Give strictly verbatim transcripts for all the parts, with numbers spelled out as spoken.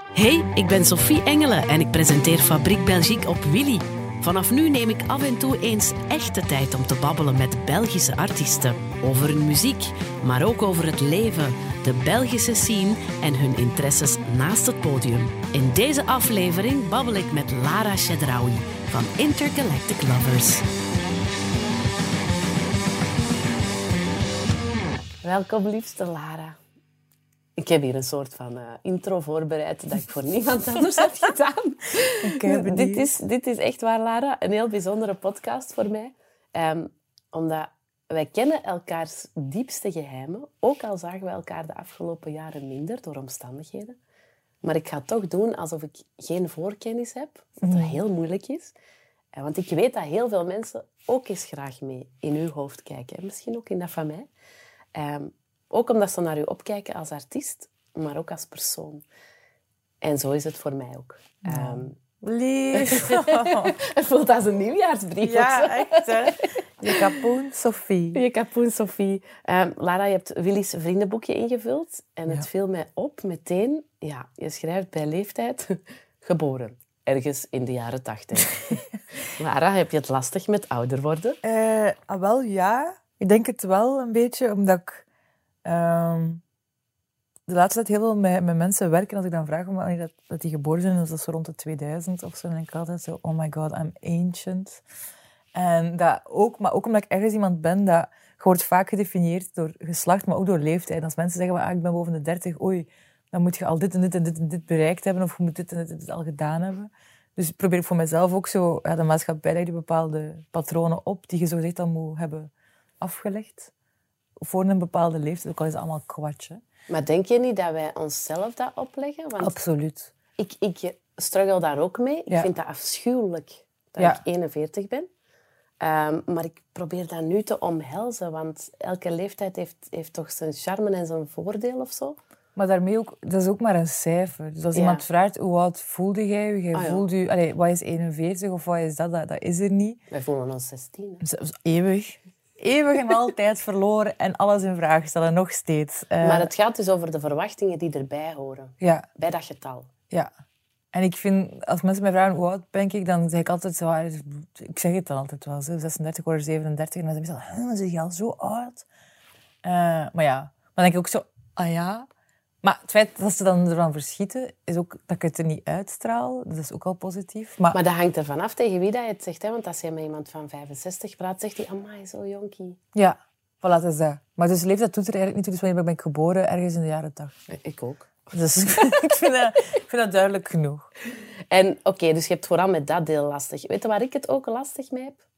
Hey, ik ben Sophie Engelen en ik presenteer Fabriek Belgique op Willy. Vanaf nu neem ik af en toe eens echte tijd om te babbelen met Belgische artiesten. Over hun muziek, maar ook over het leven, de Belgische scene en hun interesses naast het podium. In deze aflevering babbel ik met Lara Chedraoui van Intergalactic Lovers. Welkom, liefste Lara. Ik heb hier een soort van uh, intro voorbereid dat ik voor niemand anders heb gedaan. Okay, dit, is, dit is echt waar, Lara, een heel bijzondere podcast voor mij. Um, omdat wij kennen elkaars diepste geheimen, ook al zagen we elkaar de afgelopen jaren minder door omstandigheden. Maar ik ga het toch doen alsof ik geen voorkennis heb, wat mm. heel moeilijk is. Uh, want ik weet dat heel veel mensen ook eens graag mee in uw hoofd kijken. Misschien ook in dat van mij. Um, Ook omdat ze naar u opkijken als artiest, maar ook als persoon. En zo is het voor mij ook. Ja. Um, Lief. Het voelt als een nieuwjaarsbrief. Ja, echt hè. Je kapoen, Sophie. Je kapoen, Sophie. Um, Lara, je hebt Willy's vriendenboekje ingevuld. En het ja. viel mij op meteen. Ja, je schrijft bij leeftijd geboren. Ergens in de jaren tachtig. Lara, heb je het lastig met ouder worden? Uh, ah, wel, ja. Ik denk het wel een beetje, omdat ik... Um, de laatste tijd heel veel met, met mensen werken. Als ik dan vraag wanneer dat, dat die geboren zijn, is dat zo rond de tweeduizend of zo. Dan denk ik altijd zo, oh my god, I'm ancient. En dat ook, maar ook omdat ik ergens iemand ben, dat je wordt vaak gedefinieerd door geslacht, maar ook door leeftijd. Als mensen zeggen, ah, ik ben boven de dertig, oei, dan moet je al dit en dit en dit en dit bereikt hebben, of je moet dit en dit, en dit al gedaan hebben. Dus probeer ik voor mezelf ook zo, ja, de maatschappij legt bepaalde patronen op, die je zo gezegd dan moet hebben afgelegd. Voor een bepaalde leeftijd, ook al is het allemaal kwats. Hè. Maar denk je niet dat wij onszelf dat opleggen? Want absoluut. Ik, ik struggle daar ook mee. Ik ja. vind dat afschuwelijk dat ja. ik eenenveertig ben. Um, maar ik probeer dat nu te omhelzen, want elke leeftijd heeft, heeft toch zijn charme en zijn voordeel of zo. Maar daarmee ook, dat is ook maar een cijfer. Dus als ja. iemand vraagt, hoe oud voelde jij je? Jij ah, ja. voelt je, allez, wat is eenenveertig of wat is dat? Dat, dat is er niet. Wij voelen ons zestien. Eeuwig. Eeuwig en altijd verloren en alles in vraag stellen, nog steeds. Uh, maar het gaat dus over de verwachtingen die erbij horen. Ja. Bij dat getal. Ja. En ik vind, als mensen mij vragen hoe oud ben ik, dan zeg ik altijd zo... Ik zeg het dan altijd wel, zesendertig of zevenendertig. En dan zeg ik zo, dan zeg je al zo oud. Uh, maar ja, dan denk ik ook zo, ah ja... Maar het feit dat ze dan ervan verschieten, is ook dat ik het er niet uitstraal. Dat is ook al positief. Maar, maar dat hangt ervan af tegen wie dat je het zegt. Hè? Want als je met iemand van vijfenzestig praat, zegt hij, amai, zo jonkie. Ja, voilà, dat is dat. Maar dus leeftijd doet er eigenlijk niet toe. Dus wanneer ben ik geboren? Ergens in de jaren tachtig. Ik ook. Dus ik, vind dat, ik vind dat duidelijk genoeg. En oké, okay, dus je hebt vooral met dat deel lastig. Weet je waar ik het ook lastig mee heb?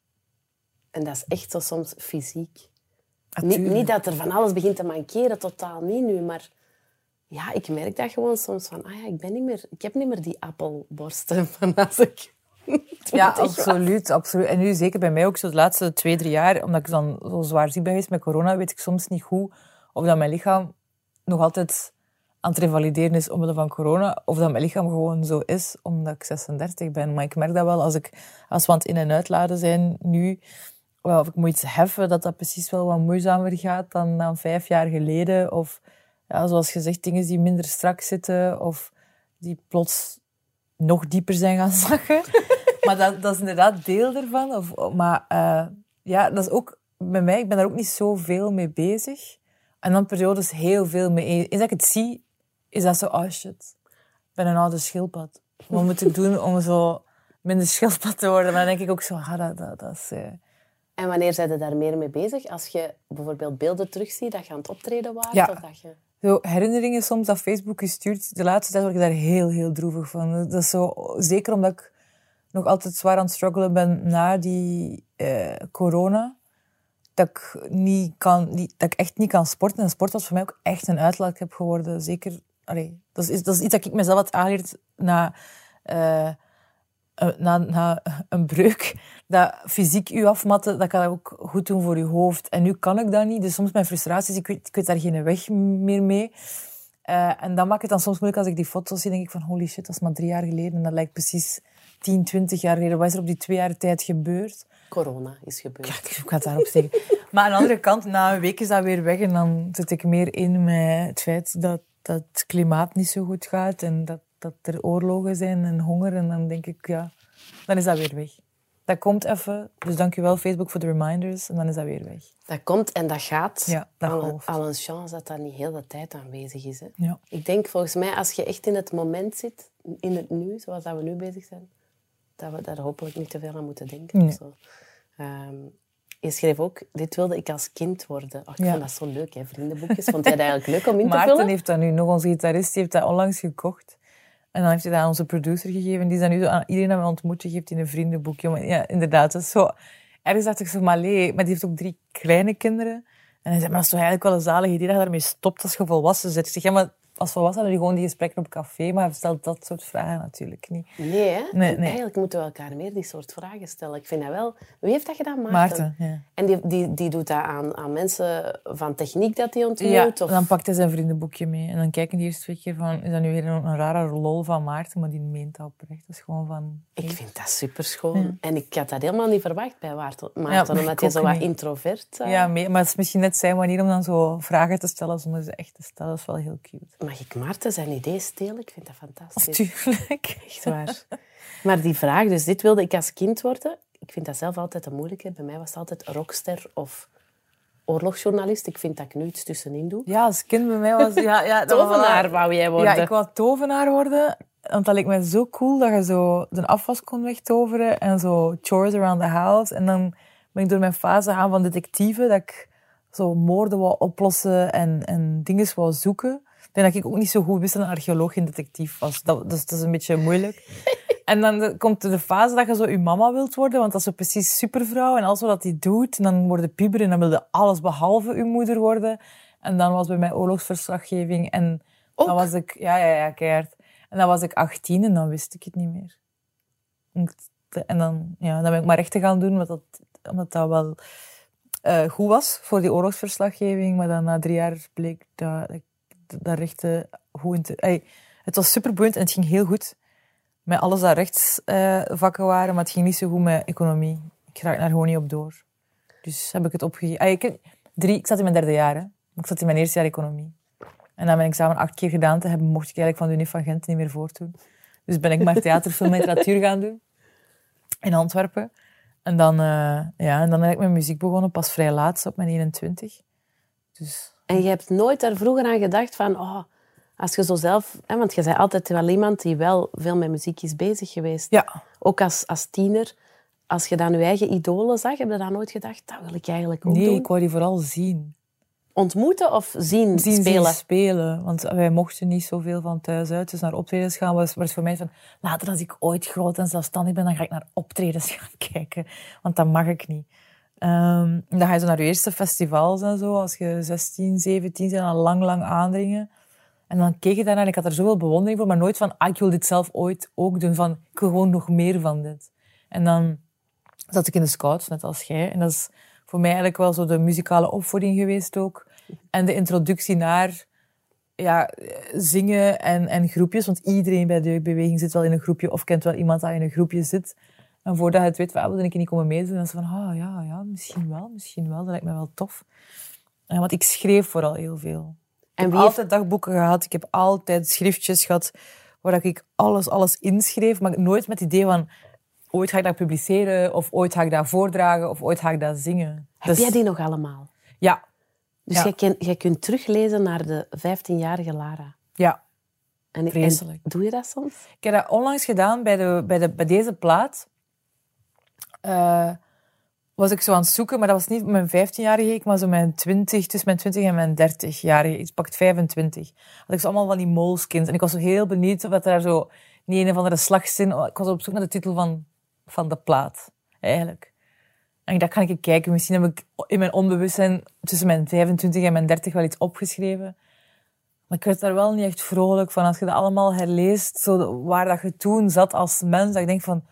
En dat is echt zo soms fysiek. Niet, niet dat er van alles begint te mankeren, totaal niet nu, maar... Ja, ik merk dat gewoon soms van, ah ja, ik ben niet meer, ik heb niet meer die appelborsten van als ik ja, absoluut, absoluut. En nu zeker bij mij ook zo de laatste twee, drie jaar, omdat ik dan zo zwaar ziek ben geweest met corona, weet ik soms niet goed of dat mijn lichaam nog altijd aan het revalideren is omwille van corona, of dat mijn lichaam gewoon zo is omdat ik zesendertig ben. Maar ik merk dat wel als ik, als we aan het in- en uitladen zijn nu, of ik moet iets heffen, dat dat precies wel wat moeizamer gaat dan, dan vijf jaar geleden, of... Ja, zoals gezegd, dingen die minder strak zitten of die plots nog dieper zijn gaan zakken. Maar dat, dat is inderdaad deel ervan. Of, maar uh, ja, dat is ook bij mij, ik ben daar ook niet zoveel mee bezig. En dan periodes heel veel mee. Eens dat ik het zie, is dat zo, oh shit, ik ben een oude schildpad. Wat moet ik doen om zo minder schildpad te worden? Maar dan denk ik ook zo, ah, dat, dat, dat is... Uh... En wanneer zijn je daar meer mee bezig? Als je bijvoorbeeld beelden terugziet dat je aan het optreden waart? Ja. Of dat je... Zo herinneringen soms dat Facebook gestuurd. De laatste tijd word ik daar heel, heel droevig van. Dat is zo, zeker omdat ik nog altijd zwaar aan het struggelen ben na die eh, corona. Dat ik, niet kan, niet, dat ik echt niet kan sporten. En sport was voor mij ook echt een uitlaatklep geworden. Zeker, allee, dat, is, dat is iets dat ik mezelf had aangeleerd na... Uh, Na, na een breuk, dat fysiek u afmatten, dat kan ook goed doen voor je hoofd. En nu kan ik dat niet, dus soms mijn frustraties, ik weet, ik weet daar geen weg meer mee. Uh, en dat maakt het dan soms moeilijk als ik die foto's zie, denk ik van holy shit, dat is maar drie jaar geleden. En dat lijkt precies tien, twintig jaar geleden. Wat is er op die twee jaar tijd gebeurd? Corona is gebeurd. Ja, ik ga het daarop zeggen. Maar aan de andere kant, na een week is dat weer weg en dan zit ik meer in met het feit dat, dat het klimaat niet zo goed gaat en dat dat er oorlogen zijn en honger. En dan denk ik, ja, dan is dat weer weg. Dat komt even, dus dank je wel Facebook voor de reminders. En dan is dat weer weg. Dat komt en dat gaat. Ja, dat al, golft. al een chance dat dat niet heel de tijd aanwezig is. Hè. Ja. Ik denk volgens mij, als je echt in het moment zit, in het nu, zoals dat we nu bezig zijn, dat we daar hopelijk niet te veel aan moeten denken. Nee. Of zo. Um, je schreef ook, dit wilde ik als kind worden. Oh, ik Ja. vond dat zo leuk, hè, vriendenboekjes. Vond jij dat eigenlijk leuk om in te Maarten vullen? heeft dat nu, nog onze gitarist, die heeft dat onlangs gekocht. En dan heeft hij dat aan onze producer gegeven. Die is dat nu zo aan iedereen dat we ontmoeten, geeft hij een vriendenboekje. Maar ja, inderdaad, dat is zo... Ergens dacht ik zo, maar allee, maar die heeft ook drie kleine kinderen. En hij zei, maar dat is toch eigenlijk wel een zalig idee dat je daarmee stopt als je volwassen bent. Ik zeg, ja, maar als volwassen hadden die gewoon die gesprekken op café, maar hij stelt dat soort vragen natuurlijk niet. Nee, hè? Nee, nee. Eigenlijk moeten we elkaar meer die soort vragen stellen. Ik vind dat wel... Wie heeft dat gedaan? Maarten. Maarten, ja. En die, die, die doet dat aan, aan mensen van techniek dat hij ontmoet? Ja, of... en dan pakt hij zijn vriendenboekje mee. En dan kijken die eerst twee keer van, is dat nu weer een, een rare lol van Maarten? Maar die meent dat oprecht. Dat is gewoon van... Ik vind dat superschoon. Ja. En ik had dat helemaal niet verwacht bij Maarten. Ja, Maarten maar omdat ik hij ook zo wat niet. introvert... Uh... Ja, mee, maar het is misschien net zijn manier om dan zo vragen te stellen zonder ze echt te stellen. Dat is wel heel cute. Mag ik Maarten zijn idee stelen? Ik vind dat fantastisch. Tuurlijk. Echt waar. Maar die vraag, dus dit wilde ik als kind worden. Ik vind dat zelf altijd een moeilijke. Bij mij was het altijd rockster of oorlogsjournalist. Ik vind dat ik nu iets tussenin doe. Ja, als kind bij mij was... Ja, ja, dat was wel- Tovenaar wou jij worden. Ja, ik wou tovenaar worden. Want dat leek mij zo cool dat je zo de afwas kon wegtoveren en zo chores around the house. En dan ben ik door mijn fase gaan van detectieve, dat ik zo moorden wou oplossen en, en dingen wou zoeken. Ik denk dat ik ook niet zo goed wist dat een archeoloog geen detectief was. Dat, dus dat is een beetje moeilijk. En dan komt de fase dat je zo je mama wilt worden, want dat is zo precies supervrouw. En alles wat die doet, en dan worden puber en dan wilde alles behalve uw moeder worden. En dan was bij mij oorlogsverslaggeving. En Ook? dan was ik... Ja, ja, ja, keihard. En dan was ik achttien en dan wist ik het niet meer. En dan, ja, dan ben ik maar rechten gaan doen, omdat dat, omdat dat wel uh, goed was voor die oorlogsverslaggeving. Maar dan na drie jaar bleek dat ik dat rechten goed in te... Ey, het was superboeiend en het ging heel goed met alles dat rechtsvakken uh, waren, maar het ging niet zo goed met economie. Ik raak daar gewoon niet op door. Dus heb ik het opgegeven. Ey, ik, drie, ik zat in mijn derde jaar, hè. Ik zat in mijn eerste jaar economie. En na mijn examen acht keer gedaan te hebben, mocht ik eigenlijk van de Unie van Gent niet meer voortdoen. Dus ben ik maar theater, film en literatuur gaan doen. In Antwerpen. En dan, uh, ja, en dan ben ik met muziek begonnen, pas vrij laat, op mijn eenentwintig. Dus... En je hebt nooit daar vroeger aan gedacht van... Oh, als je zo zelf... Hè, want je bent altijd wel iemand die wel veel met muziek is bezig geweest. Ja. Ook als, als tiener. Als je dan je eigen idolen zag, heb je dan nooit gedacht... Dat wil ik eigenlijk ook nee, doen? ik wou die vooral zien. Ontmoeten of zien, zien spelen? Zien spelen. Want wij mochten niet zoveel van thuis uit. Dus naar optredens gaan was, was voor mij van... Later, als ik ooit groot en zelfstandig ben, dan ga ik naar optredens gaan kijken. Want dat mag ik niet. Um, dan ga je zo naar je eerste festivals en zo. Als je zestien, zeventien zijn, dan lang, lang aandringen. En dan keek je daarnaar en ik had er zoveel bewondering voor, maar nooit van, ah, ik wil dit zelf ooit ook doen. Van, ik wil gewoon nog meer van dit. En dan zat ik in de scouts, net als jij. En dat is voor mij eigenlijk wel zo de muzikale opvoeding geweest ook. En de introductie naar ja, zingen en, en groepjes. Want iedereen bij de jeugdbeweging zit wel in een groepje of kent wel iemand dat in een groepje zit. En voordat je het weet, van, ah, wil ik niet komen meedoen? En dan van, ah, ja, ja, misschien wel, misschien wel. Dat lijkt me wel tof. En want ik schreef vooral heel veel. Ik heb wie heeft... altijd dagboeken gehad. Ik heb altijd schriftjes gehad waar ik alles, alles inschreef. Maar nooit met het idee van, ooit ga ik dat publiceren, of ooit ga ik dat voordragen, of ooit ga ik dat zingen. Heb dus, jij die nog allemaal? Ja. Dus ja. jij, ken, jij kunt teruglezen naar de vijftienjarige Lara. Ja. En, Vreselijk. En doe je dat soms? Ik heb dat onlangs gedaan bij, de, bij, de, bij deze plaat. Uh, was ik zo aan het zoeken, maar dat was niet mijn vijftienjarige ik, maar zo mijn twintig, tussen mijn twintig en mijn dertigjarige. Ik pakt vijfentwintig. Had ik zo allemaal van die moleskins. En ik was zo heel benieuwd of er daar zo niet een of andere slagzin... Ik was op zoek naar de titel van, van de plaat, eigenlijk. En ik dacht, kan ik kijken. Misschien heb ik in mijn onbewustzijn tussen mijn vijfentwintig en mijn dertig wel iets opgeschreven. Maar ik werd daar wel niet echt vrolijk van. Als je dat allemaal herleest, zo waar dat je toen zat als mens, dat ik denk van...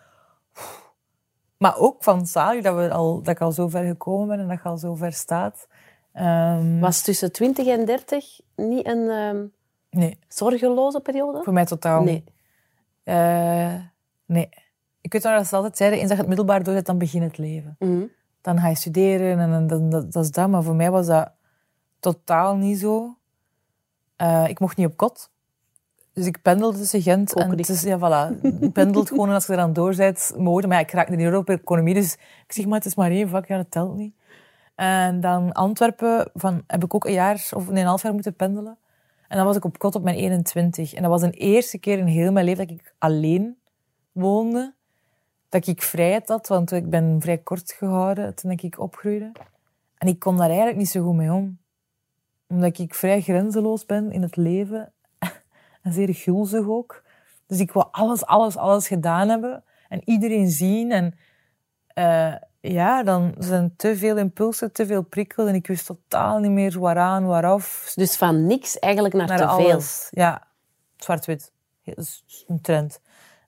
Maar ook van zalig dat, we al, dat ik al zo ver gekomen ben en dat je al zo ver staat. Um... Was tussen twintig en dertig niet een um, nee. zorgeloze periode? Voor mij totaal nee. niet. Uh, nee. Ik weet wel dat ze altijd zeiden, eens dat je het middelbaar doorzet, dan begint het leven. Mm-hmm. Dan ga je studeren en, en dat, dat, dat is dat. Maar voor mij was dat totaal niet zo. Uh, ik mocht niet op kot. Dus ik pendel tussen Gent en... Het is, ja, voilà. Je pendelt gewoon en als je er dan door bent, mogen. Maar ja, ik raak in de Europa-economie, dus ik zeg maar, het is maar één vak. Ja, dat telt niet. En dan Antwerpen van, heb ik ook een jaar of een half jaar moeten pendelen. En dan was ik op kot op mijn eenentwintig. En dat was de eerste keer in heel mijn leven dat ik alleen woonde. Dat ik vrijheid had, want ik ben vrij kort gehouden toen ik opgroeide. En ik kon daar eigenlijk niet zo goed mee om. Omdat ik vrij grenzeloos ben in het leven. En zeer gulzig ook. Dus ik wil alles, alles, alles gedaan hebben. En iedereen zien. En uh, ja, dan zijn te veel impulsen, te veel prikkels. En ik wist totaal niet meer waaraan, waaraf. Dus van niks eigenlijk naar, naar te alles. veel. Ja, zwart-wit. Dat is een trend.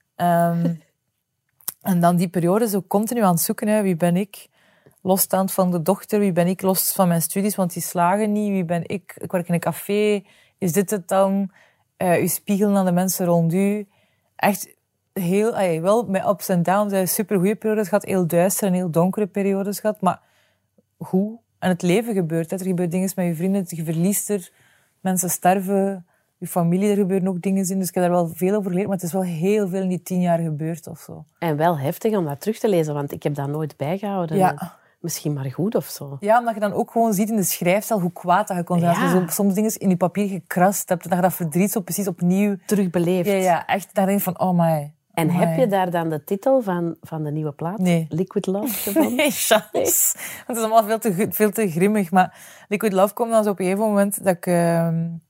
Um, en dan die periode zo continu aan het zoeken. Hè. Wie ben ik? Losstaand van de dochter. Wie ben ik? Los van mijn studies, want die slagen niet. Wie ben ik? Ik werk in een café. Is dit het dan? Uh, u spiegelen aan de mensen rond u. Echt heel, ay, wel met ups en downs. Hij super goede periodes gehad, heel duistere en heel donkere periodes gehad. Maar goed. En het leven gebeurt. Hè. Er gebeuren dingen met je vrienden. Je verliest er. Mensen sterven. Je familie, er gebeuren ook dingen in. Dus ik heb daar wel veel over geleerd. Maar het is wel heel veel in die tien jaar gebeurd of zo. En wel heftig om dat terug te lezen. Want ik heb dat nooit bijgehouden. Ja. Misschien maar goed of zo. Ja, omdat je dan ook gewoon ziet in de schrijfstijl hoe kwaad dat je kon zijn. Ja. Als je zo, soms dingen in je papier gekrast hebt, dat je dat verdriet zo precies opnieuw... terugbeleefd. Ja, ja, echt. Dan denk je van, oh my. En oh heb my. je daar dan de titel van, van de nieuwe plaat? Nee. Liquid Love gevonden? Nee, chance. Nee. Het is allemaal veel te, veel te grimmig. Maar Liquid Love kwam dan zo op een gegeven moment dat ik... Uh,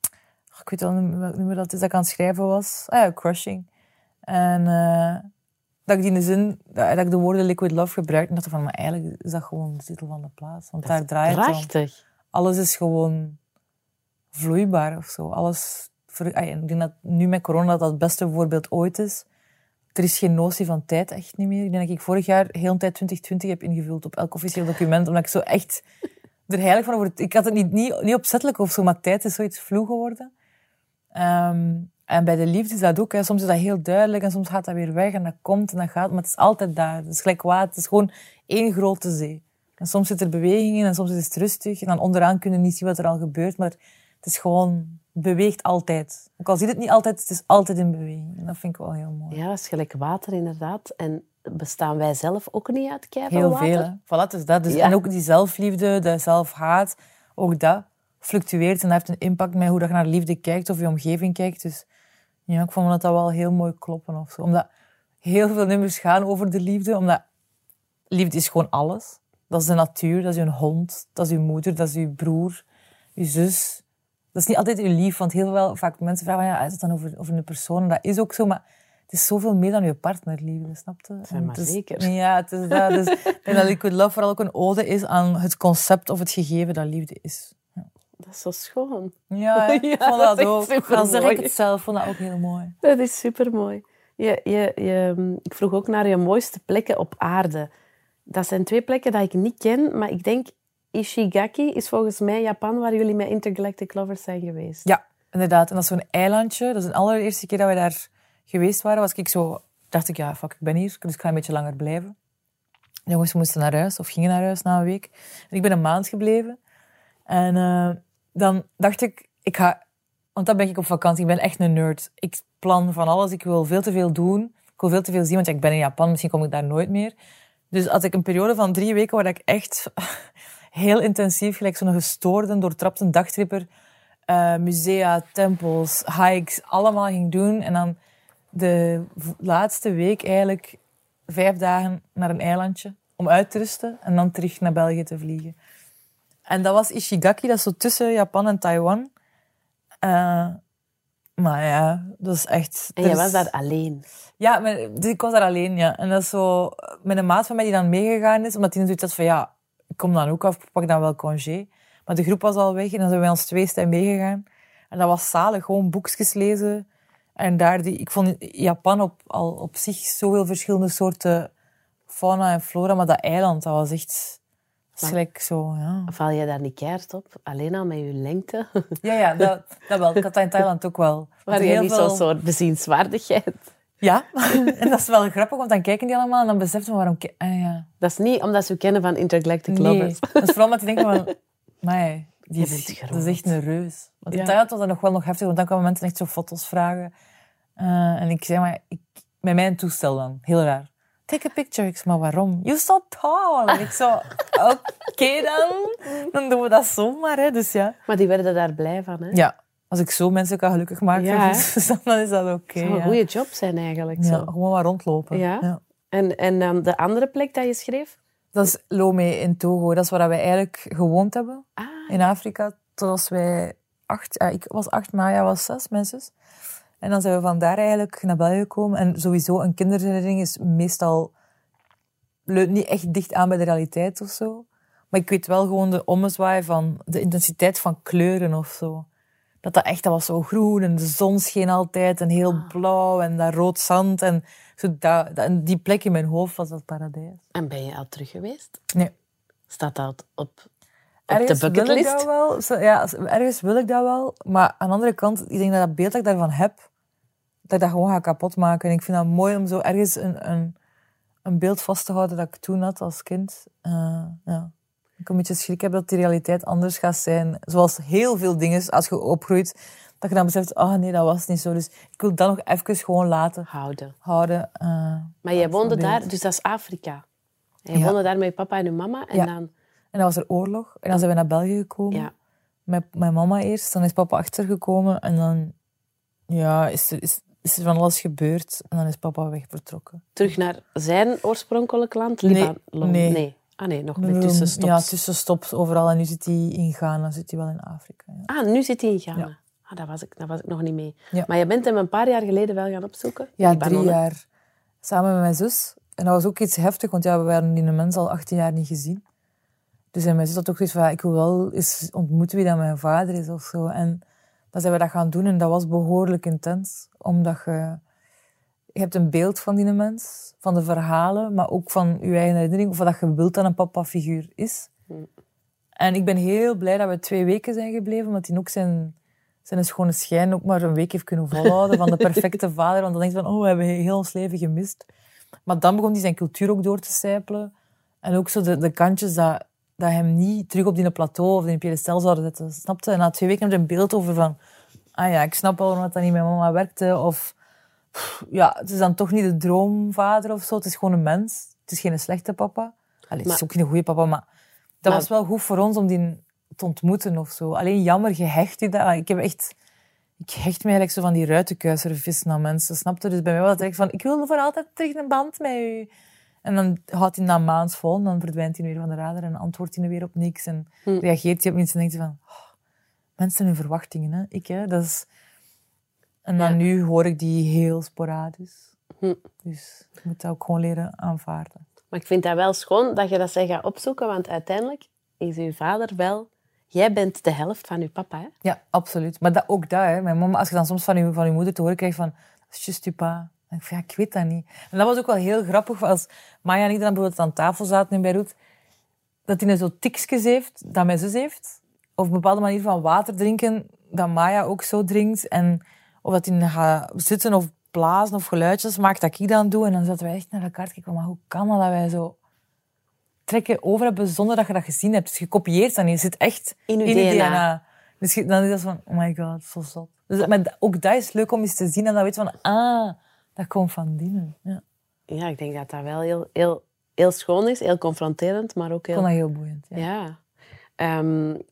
ik weet wel niet welk nummer dat is dat ik aan het schrijven was. Ah ja, Crushing. En... Uh, dat ik die in de zin, dat ik de woorden Liquid Love gebruikte. En dacht van, maar eigenlijk is dat gewoon de titel van de plaats. Want dat daar draait het om. Prachtig. Alles is gewoon vloeibaar of zo. Alles, ik denk dat nu met corona dat, dat het beste voorbeeld ooit is. Er is geen notie van tijd echt niet meer. Ik denk dat ik vorig jaar heel een tijd twintig twintig heb ingevuld op elk officieel document. Omdat ik zo echt er heilig van over... Ik had het niet, niet, niet opzettelijk of zo, maar tijd is zoiets vloe geworden. Um, En bij de liefde is dat ook. Hè. Soms is dat heel duidelijk en soms gaat dat weer weg en dat komt en dat gaat. Maar het is altijd daar. Het is gelijk water. Het is gewoon één grote zee. En soms zit er beweging in en soms is het rustig. En dan onderaan kun je niet zien wat er al gebeurt. Maar het is gewoon... Het beweegt altijd. Ook al ziet het niet altijd, het is altijd in beweging. En dat vind ik wel heel mooi. Ja, dat is gelijk water inderdaad. En bestaan wij zelf ook niet uit kei Heel water? veel, hè. Voilà, het is dat. Dus, ja. En ook die zelfliefde, de zelfhaat. Ook dat fluctueert en dat heeft een impact met hoe dat je naar liefde kijkt of je omgeving kijkt. Dus... Ja, ik vond dat dat wel heel mooi kloppen of zo. Omdat heel veel nummers gaan over de liefde. Omdat liefde is gewoon alles. Dat is de natuur, dat is je hond, dat is je moeder, dat is je broer, je zus. Dat is niet altijd je lief, want heel veel, vaak mensen vragen, ja, is het dan over, over een persoon? Dat is ook zo, maar het is zoveel meer dan je partnerliefde, snap je? Ja, maar het is, zeker. Ja, het is dat. Dus ik denk dat Liquid Love vooral ook een ode is aan het concept of het gegeven dat liefde is. Dat is zo schoon. Ja, ik ja, vond dat, dat ook. Dan zeg ik mooi. het zelf, vond dat ook heel mooi. Dat is supermooi. Je, je, je, ik vroeg ook naar je mooiste plekken op aarde. Dat zijn twee plekken die ik niet ken, maar ik denk Ishigaki is volgens mij Japan, waar jullie met Intergalactic Lovers zijn geweest. Ja, inderdaad. En dat is zo'n eilandje. Dat is de allereerste keer dat we daar geweest waren, was ik zo... Dacht ik, ja, fuck, ik ben hier, dus ik ga een beetje langer blijven. De jongens moesten naar huis, of gingen naar huis na een week. En ik ben een maand gebleven. En... Uh, Dan dacht ik, ik ga... Want dan ben ik op vakantie. Ik ben echt een nerd. Ik plan van alles. Ik wil veel te veel doen. Ik wil veel te veel zien, want ja, ik ben in Japan. Misschien kom ik daar nooit meer. Dus had ik een periode van drie weken waar ik echt heel intensief, gelijk zo'n gestoorde, doortrapte dagtripper, uh, musea, tempels, hikes, allemaal ging doen. En dan de laatste week eigenlijk vijf dagen naar een eilandje om uit te rusten en dan terug naar België te vliegen. En dat was Ishigaki, dat is zo tussen Japan en Taiwan. Uh, maar ja, dat is echt... En jij is... was daar alleen? Ja, maar, dus ik was daar alleen, ja. En dat is zo... Met een maat van mij die dan meegegaan is, omdat hij zoiets had van, ja, ik kom dan ook af, ik pak dan wel congé. Maar de groep was al weg en dan zijn wij ons twee zijn meegegaan. En dat was zalig, gewoon boekjes lezen. En daar die... Ik vond Japan op, al op zich zoveel verschillende soorten fauna en flora, maar dat eiland, dat was echt... Gelijk zo, ja. Val je daar niet keihard op? Alleen al met je lengte? Ja, ja, dat, dat wel. Ik had dat in Thailand ook wel. Maar je niet veel... zo'n soort bezienswaardigheid? Ja, en dat is wel grappig, want dan kijken die allemaal en dan beseffen waarom... Ah, ja. Dat is niet omdat ze kennen van Intergalactic nee. Lovers. Dat is vooral omdat die denken van... Maar die is, dat is echt een reus. Want in ja. Thailand was dat nog wel nog heftig, want dan kwamen mensen echt zo foto's vragen. Uh, en ik zei maar, ik, met mijn toestel dan, heel raar. Take a picture. Ik zei, maar waarom? You're so tall. En ik zo, oké okay dan. Dan doen we dat zomaar, hè. Dus ja. Maar die werden daar blij van, hè? Ja. Als ik zo mensen kan gelukkig maken, ja, dan is dat oké. Okay, het zou een ja. goede job zijn eigenlijk. Ja, zo. gewoon maar rondlopen. Ja. ja. En, en dan de andere plek dat je schreef? Dat is Lomé in Togo. Dat is waar wij eigenlijk gewoond hebben. Ah, in Afrika. Tot als wij acht... Ja, ik was acht, Maya was zes, mijn zus. En dan zijn we vandaar eigenlijk naar België gekomen. En sowieso, een kinderherinnering is meestal niet echt dicht aan bij de realiteit of zo. Maar ik weet wel gewoon de ommezwaai van de intensiteit van kleuren of zo. Dat dat echt, dat was zo groen en de zon scheen altijd en heel ah. blauw en dat rood zand. En zo dat, dat, en die plek in mijn hoofd was dat paradijs. En ben je al terug geweest? Nee. Staat dat op, op ergens de bucketlist? Wil ik dat wel. Ja, ergens wil ik dat wel. Maar aan de andere kant, ik denk dat dat beeld dat ik daarvan heb, dat ik dat gewoon ga kapot maken. En ik vind dat mooi om zo ergens een, een, een beeld vast te houden dat ik toen had als kind. Uh, ja. Ik een beetje schrik heb dat die realiteit anders gaat zijn. Zoals heel veel dingen, als je opgroeit, dat je dan beseft, ah oh nee, dat was niet zo. Dus ik wil dat nog even gewoon laten. Houden. Houden. Uh, maar jij woonde daar, dus dat is Afrika. En je ja. woonde daar met je papa en je mama. En, ja. dan... en dan was er oorlog. En dan zijn we naar België gekomen. Ja. Met mijn mama eerst. Dan is papa achtergekomen. En dan ja, is, er, is, is er van alles gebeurd. En dan is papa weg vertrokken. Terug naar zijn oorspronkelijk land? Libanon? Nee. nee. nee. Ah nee, nog met tussenstops. Ja, tussenstops overal. En nu zit hij in Ghana, zit hij wel in Afrika. Ja. Ah, nu zit hij in Ghana. Ja. Ah, daar was ik, daar was ik nog niet mee. Ja. Maar je bent hem een paar jaar geleden wel gaan opzoeken? Ja, drie jaar. Samen met mijn zus. En dat was ook iets heftig, want ja, we waren die mens al achttien jaar niet gezien. Dus en mijn zus had ook zoiets van, ja, ik wil wel eens ontmoeten wie dat mijn vader is of zo. En dan zijn we dat gaan doen en dat was behoorlijk intens. Omdat je... Je hebt een beeld van die mens, van de verhalen, maar ook van je eigen herinnering, of wat je wilt dat een papa-figuur is. Mm. En ik ben heel blij dat we twee weken zijn gebleven, omdat hij ook zijn, zijn schone schijn ook maar een week heeft kunnen volhouden van de perfecte vader. Want dan denk je van, oh, we hebben heel ons leven gemist. Maar dan begon hij zijn cultuur ook door te sijpelen. En ook zo de, de kantjes dat, dat hem niet terug op die plateau of in een piedestal zouden zetten. Snapte? En na twee weken heb je een beeld over van, ah ja, ik snap wel waarom dat niet met mama werkte, of... Ja, het is dan toch niet de droomvader of zo. Het is gewoon een mens. Het is geen slechte papa. Allee, het is ook geen goede papa, maar... Dat maar... was wel goed voor ons om die te ontmoeten of zo. Alleen jammer, gehecht ik dat... Ik heb echt... Ik hecht me eigenlijk zo van die ruitenkuiservis naar mensen, snapte? Dus bij mij was het echt van... Ik wil voor altijd terug een band met u. En dan houdt hij na een maand vol en dan verdwijnt hij weer van de radar en antwoordt hij weer op niks. En hm. reageert hij op iets en denkt hij van... Oh, mensen hun verwachtingen, hè. Ik, hè. Dat is... En dan ja. nu hoor ik die heel sporadisch. Hm. Dus ik moet dat ook gewoon leren aanvaarden. Maar ik vind dat wel schoon dat je dat zij gaat opzoeken, want uiteindelijk is uw vader wel... Jij bent de helft van uw papa, hè? Ja, absoluut. Maar dat, ook dat, hè. Mijn mama, als je dan soms van je, van je moeder te horen krijgt van... Dat is just uw pa. Dan denk ik van, ja, ik weet dat niet. En dat was ook wel heel grappig, als Maya en ik dan bijvoorbeeld aan tafel zaten in Beirut, dat hij zo tikjes heeft, dat mijn zus heeft. Of een bepaalde manier van water drinken, dat Maya ook zo drinkt. En... Of dat hij gaat zitten of blazen of geluidjes maakt dat ik dan doe. En dan zaten wij echt naar elkaar te kijken. Maar hoe kan dat dat wij zo trekken over hebben zonder dat je dat gezien hebt? Dus je kopieert dat niet. Je zit echt in je in D N A. D N A. Dus dan is dat van, oh my god, zo zot. Dus, maar ook dat is leuk om eens te zien. En dan weet je van, ah, dat komt van die. Ja. ja, ik denk dat dat wel heel, heel, heel schoon is. Heel confronterend, maar ook heel... Ik vond dat heel boeiend. Ja. ja. Um,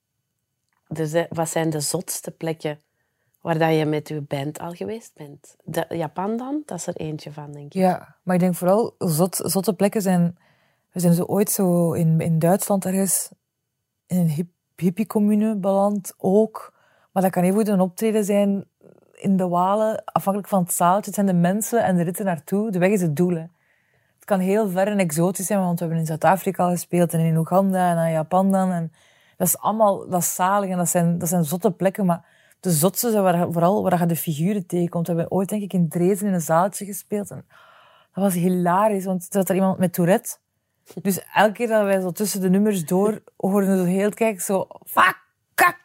dus, wat zijn de zotste plekken waar dat je met je band al geweest bent? De, Japan dan? Dat is er eentje van, denk ik. Ja, maar ik denk vooral zot, zotte plekken zijn... We zijn zo ooit zo in, in Duitsland ergens in een hip, hippie-commune beland, ook. Maar dat kan even goed een optreden zijn in de Walen, afhankelijk van het zaaltje. Het zijn de mensen en de ritten naartoe. De weg is het doel, hè. Het kan heel ver en exotisch zijn, want we hebben in Zuid-Afrika gespeeld en in Oeganda en in Japan dan. En dat is allemaal dat is zalig en dat zijn, dat zijn zotte plekken, maar... De zotste zijn waar, vooral waar je de figuren tegenkomt. We hebben ooit, denk ik, in Dresden in een zaaltje gespeeld. En dat was hilarisch, want er zat er iemand met Tourette. Dus elke keer dat wij zo tussen de nummers door hoorden, zo heel kijken, zo... Fuck, kak,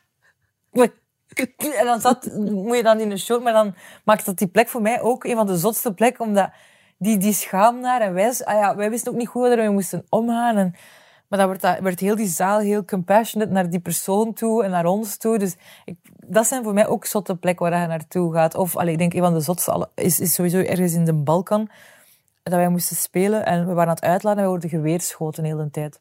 en dan zat, moet je dan in een show, maar dan maakt dat die plek voor mij ook een van de zotste plekken, omdat die, die schaam naar en wij, ah ja, wij wisten ook niet goed waar we moesten omgaan. En, Maar dan werd, dat, werd heel die zaal heel compassionate naar die persoon toe en naar ons toe. Dus ik, dat zijn voor mij ook zotte plekken waar je naartoe gaat. Of, allee, ik denk, een van de zotste is, is sowieso ergens in de Balkan. Dat wij moesten spelen en we waren aan het uitladen en we worden geweerschoten de hele tijd.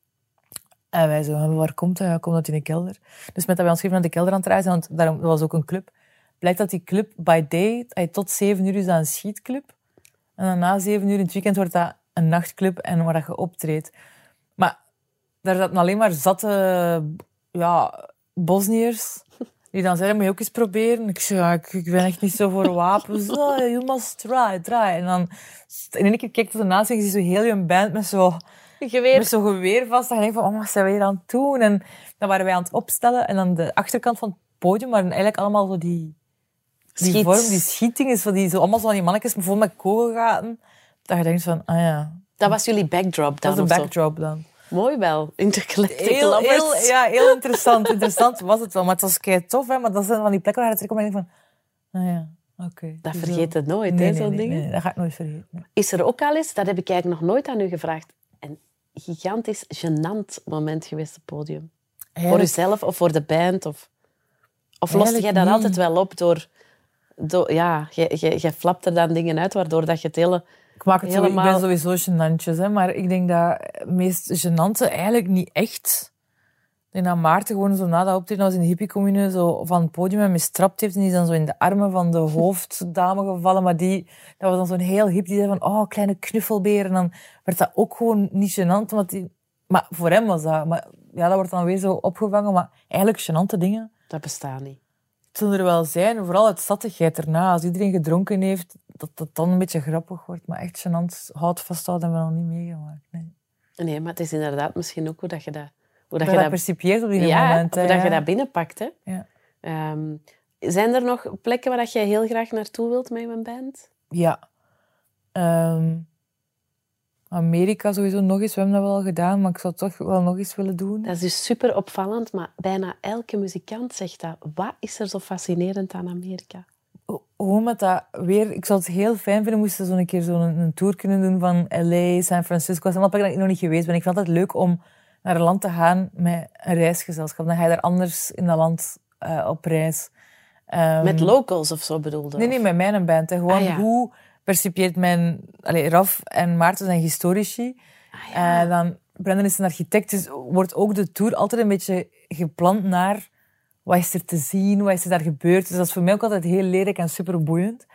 En wij zo, waar komt dat? Ja, komt dat in de kelder? Dus met dat wij ons even naar de kelder aan het reizen, want daar was ook een club. Blijkt dat die club by day, tot zeven uur is dat een schietclub. En dan na zeven uur in het weekend wordt dat een nachtclub en waar dat je optreedt. Maar daar zaten alleen maar zatte ja, Bosniërs. Die dan zeiden, moet je ook eens proberen? Ik zei, ja, ik, ik ben echt niet zo voor wapens. Oh, you must try, try. En dan in één keer kijkt er naast en je ziet zo heel je band met zo geweer, met zo'n geweer vast. En je denkt van, oh, wat zijn wij hier aan het doen? En dan waren wij aan het opstellen. En aan de achterkant van het podium waren eigenlijk allemaal zo die, die Schiet. vorm, die schietingen. Zo die, zo, allemaal zo van die mannetjes, bijvoorbeeld met kogelgaten. Dat je denkt van, ah ja. Dat was jullie backdrop dan? Dat was de backdrop dan. Mooi wel. Intergalactic heel, Lovers. heel, ja, heel interessant. Interessant was het wel. Maar het was kei tof, hè. Maar dat zijn van die plekken waar je terugkomt en je denkt van... Ah ja, oké. Okay. Dat vergeet het nooit, nee, hè, nee, zo'n nee, dingen. Nee, dat ga ik nooit vergeten. Nee. Is er ook al eens, dat heb ik eigenlijk nog nooit aan u gevraagd, een gigantisch gênant moment geweest op het podium? Eigenlijk, voor uzelf of voor de band? Of, of loste jij dat niet. altijd wel op door... door ja, je, je, je flapt er dan dingen uit, waardoor dat je het hele... Ik, maak het helemaal... zo, ik ben sowieso gênantjes, hè, maar ik denk dat het meest gênante eigenlijk niet echt... Ik denk dat Maarten gewoon zo na dat optreden was in de hippiecommune zo van het podium en mistrapt heeft en die is dan zo in de armen van de hoofddame gevallen. Maar die, dat was dan zo'n heel hip, die zei van, oh, kleine knuffelbeer. En dan werd dat ook gewoon niet gênant, omdat die... Maar voor hem was dat... Maar ja, dat wordt dan weer zo opgevangen, maar eigenlijk gênante dingen... Dat bestaat niet. Het zullen er wel zijn, vooral uit zattigheid erna. Als iedereen gedronken heeft, dat dat dan een beetje grappig wordt. Maar echt gênant, hout vasthouden hebben we nog niet meegemaakt. Nee. Nee, maar het is inderdaad misschien ook hoe dat je dat... Hoe dat dat je dat percipieert op die ja, moment. hoe hè, dat ja. je dat binnenpakt. Hè. Ja. Um, zijn er nog plekken waar je heel graag naartoe wilt met je band? Ja. Um, Amerika sowieso nog eens. We hebben dat wel al gedaan, maar ik zou het toch wel nog eens willen doen. Dat is dus super opvallend, maar bijna elke muzikant zegt dat. Wat is er zo fascinerend aan Amerika? Gewoon met dat weer... Ik zou het heel fijn vinden, moesten we zo een keer zo'n een, een tour kunnen doen van L A, San Francisco. Dat is allemaal plekken dat ik nog niet geweest ben. Ik vind het altijd leuk om naar een land te gaan met een reisgezelschap. Dan ga je daar anders in dat land uh, op reis. Um, met locals of zo bedoelde? Nee, nee, met mijn band. Hè. Gewoon ah, ja. hoe percipieert mijn... Allee, Raf en Maarten zijn historici. Ah, ja. uh, dan Brendan is een architect, dus wordt ook de tour altijd een beetje gepland naar wat is er te zien, wat is er daar gebeurd. Dus dat is voor mij ook altijd heel leerrijk en superboeiend.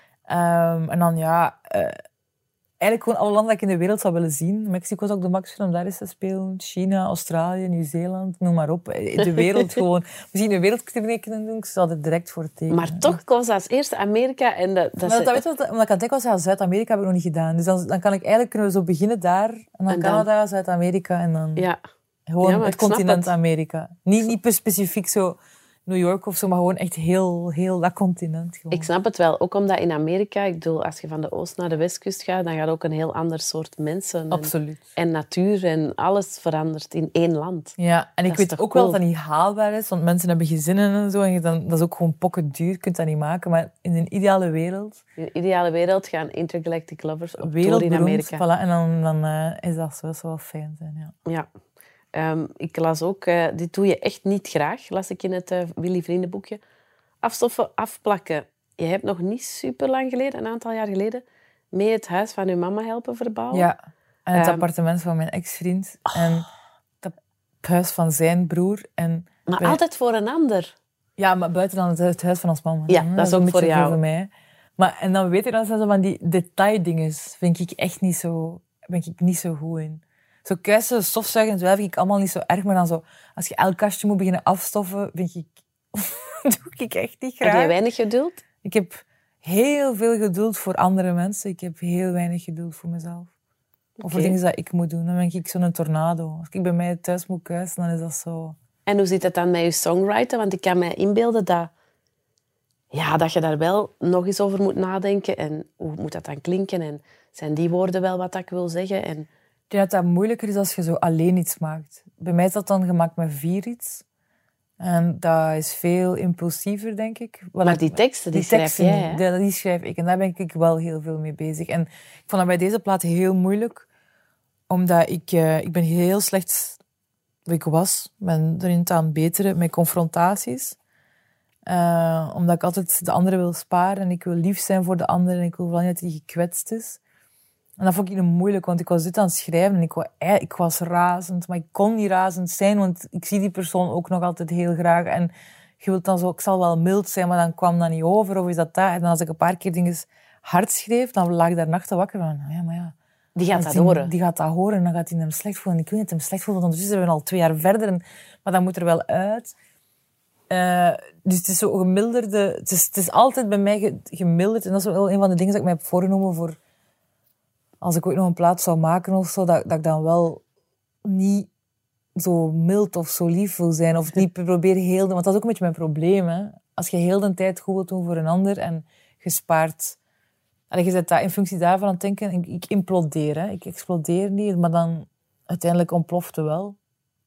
Um, en dan ja... Uh, Eigenlijk gewoon alle landen dat ik in de wereld zou willen zien. Mexico is ook de max om daar eens te spelen. China, Australië, Nieuw-Zeeland, noem maar op. De wereld gewoon. Misschien een wereldtournee kunnen doen, ik zou er direct voor tekenen. Maar toch koos als eerste Amerika. En dat, dat maar dat, dat weet je wat, omdat ik aan het denken was, ja, Zuid-Amerika heb ik nog niet gedaan. Dus dan, dan kan ik eigenlijk, kunnen we zo beginnen daar. En dan, en dan Canada, Zuid-Amerika en dan ja. gewoon ja, het continent het. Amerika. Niet, niet specifiek zo New York of zo, maar gewoon echt heel, heel dat continent. Gewoon. Ik snap het wel. Ook omdat in Amerika, ik bedoel, als je van de oost naar de westkust gaat, dan gaat ook een heel ander soort mensen. En, Absoluut. En natuur en alles verandert in één land. Ja, en dat ik weet ook cool. wel dat dat niet haalbaar is, want mensen hebben gezinnen en zo. En je dan, dat is ook gewoon pokken duur, je kunt dat niet maken. Maar in een ideale wereld... In een ideale wereld gaan Intergalactic Lovers op tour in Amerika. Voilà, en dan, dan uh, is dat zo, zo wel fijn zijn, ja. Ja. Um, ik las ook, uh, dit doe je echt niet graag, las ik in het uh, Willy Vriendenboekje. Afstoffen, afplakken. Je hebt nog niet super lang geleden, een aantal jaar geleden, mee het huis van je mama helpen verbouwen. Ja, en het um, appartement van mijn ex-vriend. Oh. En het huis van zijn broer. En maar bij... altijd voor een ander. Ja, maar buiten dan het, het huis van ons mama. Ja, dat, dat is ook een voor jou. Voor mij. Maar, en dan weet ik, dat zijn zo van die detaildingen. Vind ik echt niet zo, ben ik niet zo goed in. Zo kuisen, stofzuigen en zo vind ik allemaal niet zo erg. Maar dan zo, als je elk kastje moet beginnen afstoffen, vind ik... doe ik echt niet graag. Heb je weinig geduld? Ik heb heel veel geduld voor andere mensen. Ik heb heel weinig geduld voor mezelf. Of okay. voor dingen dat ik moet doen. Dan ben ik zo'n tornado. Als ik bij mij thuis moet kuisen, dan is dat zo... En hoe zit het dan met je songwriter? Want ik kan me inbeelden dat, ja, dat je daar wel nog eens over moet nadenken. En hoe moet dat dan klinken? En zijn die woorden wel wat ik wil zeggen? En... Ik denk dat dat moeilijker is als je zo alleen iets maakt. Bij mij is dat dan gemaakt met vier iets. En dat is veel impulsiever, denk ik. Maar ik, die teksten, die, die schrijf teksten, jij, hè? Die, die schrijf ik. En daar ben ik wel heel veel mee bezig. En ik vond dat bij deze plaat heel moeilijk. Omdat ik, uh, ik ben heel slecht... Ik was, ben erin te aan beteren met confrontaties. Uh, omdat ik altijd de andere wil sparen en ik wil lief zijn voor de ander en ik wil vooral niet dat hij gekwetst is. En dat vond ik moeilijk, want ik was dit aan het schrijven en ik was, ik was razend, maar ik kon niet razend zijn, want ik zie die persoon ook nog altijd heel graag. En je wilt dan zo, ik zal wel mild zijn, maar dan kwam dat niet over, of is dat dat? En dan als ik een paar keer dingen hard schreef, dan lag ik daar nachten wakker van, ja, maar ja. Die gaat dat die, horen. Die gaat dat horen en dan gaat hij hem slecht voelen. Ik weet niet dat hij hem slecht voelt, want ondertussen zijn we al twee jaar verder, en, maar dat moet er wel uit. Uh, dus het is zo gemilderde... Het is, het is altijd bij mij gemilderd. En dat is wel een van de dingen dat ik mij heb voorgenomen voor... Als ik ooit nog een plaat zou maken of zo, dat, dat ik dan wel niet zo mild of zo lief wil zijn. Of niet probeer heel... Want dat is ook een beetje mijn probleem, hè. Als je heel de tijd goed wilt doen voor een ander en je spaart... En je zit daar in functie daarvan aan het denken... Ik, ik implodeer, hè. Ik explodeer niet, maar dan uiteindelijk ontploft het wel.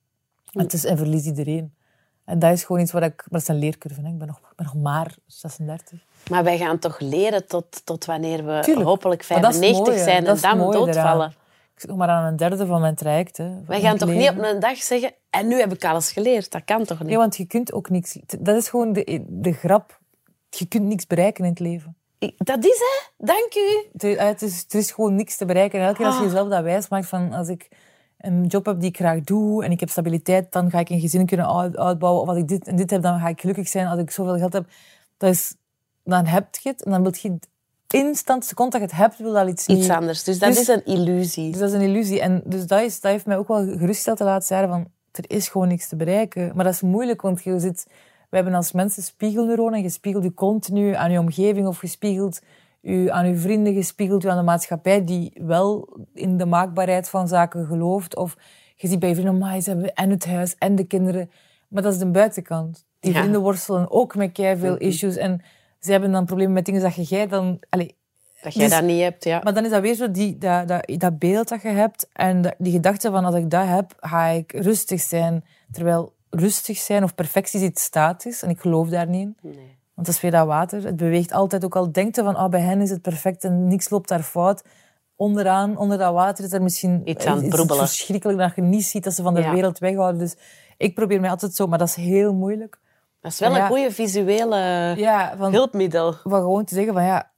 En, het is, en verlies iedereen. En dat is gewoon iets wat ik... Maar dat is een leercurve, hè. Ik ben nog, ik ben nog maar zesendertig. Maar wij gaan toch leren tot, tot wanneer we Tuurlijk. hopelijk vijfennegentig mooi, zijn en dan doodvallen. Eraan. Ik zit nog maar aan een derde van mijn traject. Hè, wij gaan toch leven. Niet op een dag zeggen... En nu heb ik alles geleerd. Dat kan toch niet? Nee, want je kunt ook niks... Dat is gewoon de, de grap. Je kunt niks bereiken in het leven. Ik, dat is, hè. Dank u. Het, het is, er is gewoon niks te bereiken. En elke keer als je jezelf dat wijs maakt van... Als ik een job heb die ik graag doe en ik heb stabiliteit, dan ga ik een gezin kunnen uitbouwen. Of als ik dit en dit heb, dan ga ik gelukkig zijn. Als ik zoveel geld heb, dat is, dan heb je het. En dan wil je het instant, de seconde dat je het hebt, wil dat iets Iets niet. Anders. Dus dat dus, is een illusie. Dus dat is een illusie. En dus dat, is, dat heeft mij ook wel gerustgesteld de laatste jaren van, er is gewoon niks te bereiken. Maar dat is moeilijk, want je zit... We hebben als mensen spiegelneuronen. Je spiegelt je continu aan je omgeving of je spiegelt u aan uw vrienden, gespiegeld u aan de maatschappij die wel in de maakbaarheid van zaken gelooft. Of je ziet bij je vrienden, maar ze hebben en het huis en de kinderen. Maar dat is de buitenkant. Die ja. vrienden worstelen ook met keiveel mm-hmm. issues. En ze hebben dan problemen met dingen dat jij dan... Allez, dat jij dus, dat niet hebt, ja. Maar dan is dat weer zo die, dat, dat, dat beeld dat je hebt. En die gedachte van, als ik dat heb, ga ik rustig zijn. Terwijl rustig zijn of perfectie is iets statisch. En ik geloof daar niet in. Nee. Want dat is weer dat water. Het beweegt altijd. Ook al denkt je van, oh, bij hen is het perfect en niks loopt daar fout. Onderaan, onder dat water, is er misschien iets aan het brobbelen. Iets verschrikkelijk dat je niet ziet dat ze van de ja. wereld weghouden. Dus ik probeer mij altijd zo, maar dat is heel moeilijk. Dat is wel ja, een goede visuele ja, van, hulpmiddel. Van gewoon te zeggen van, ja,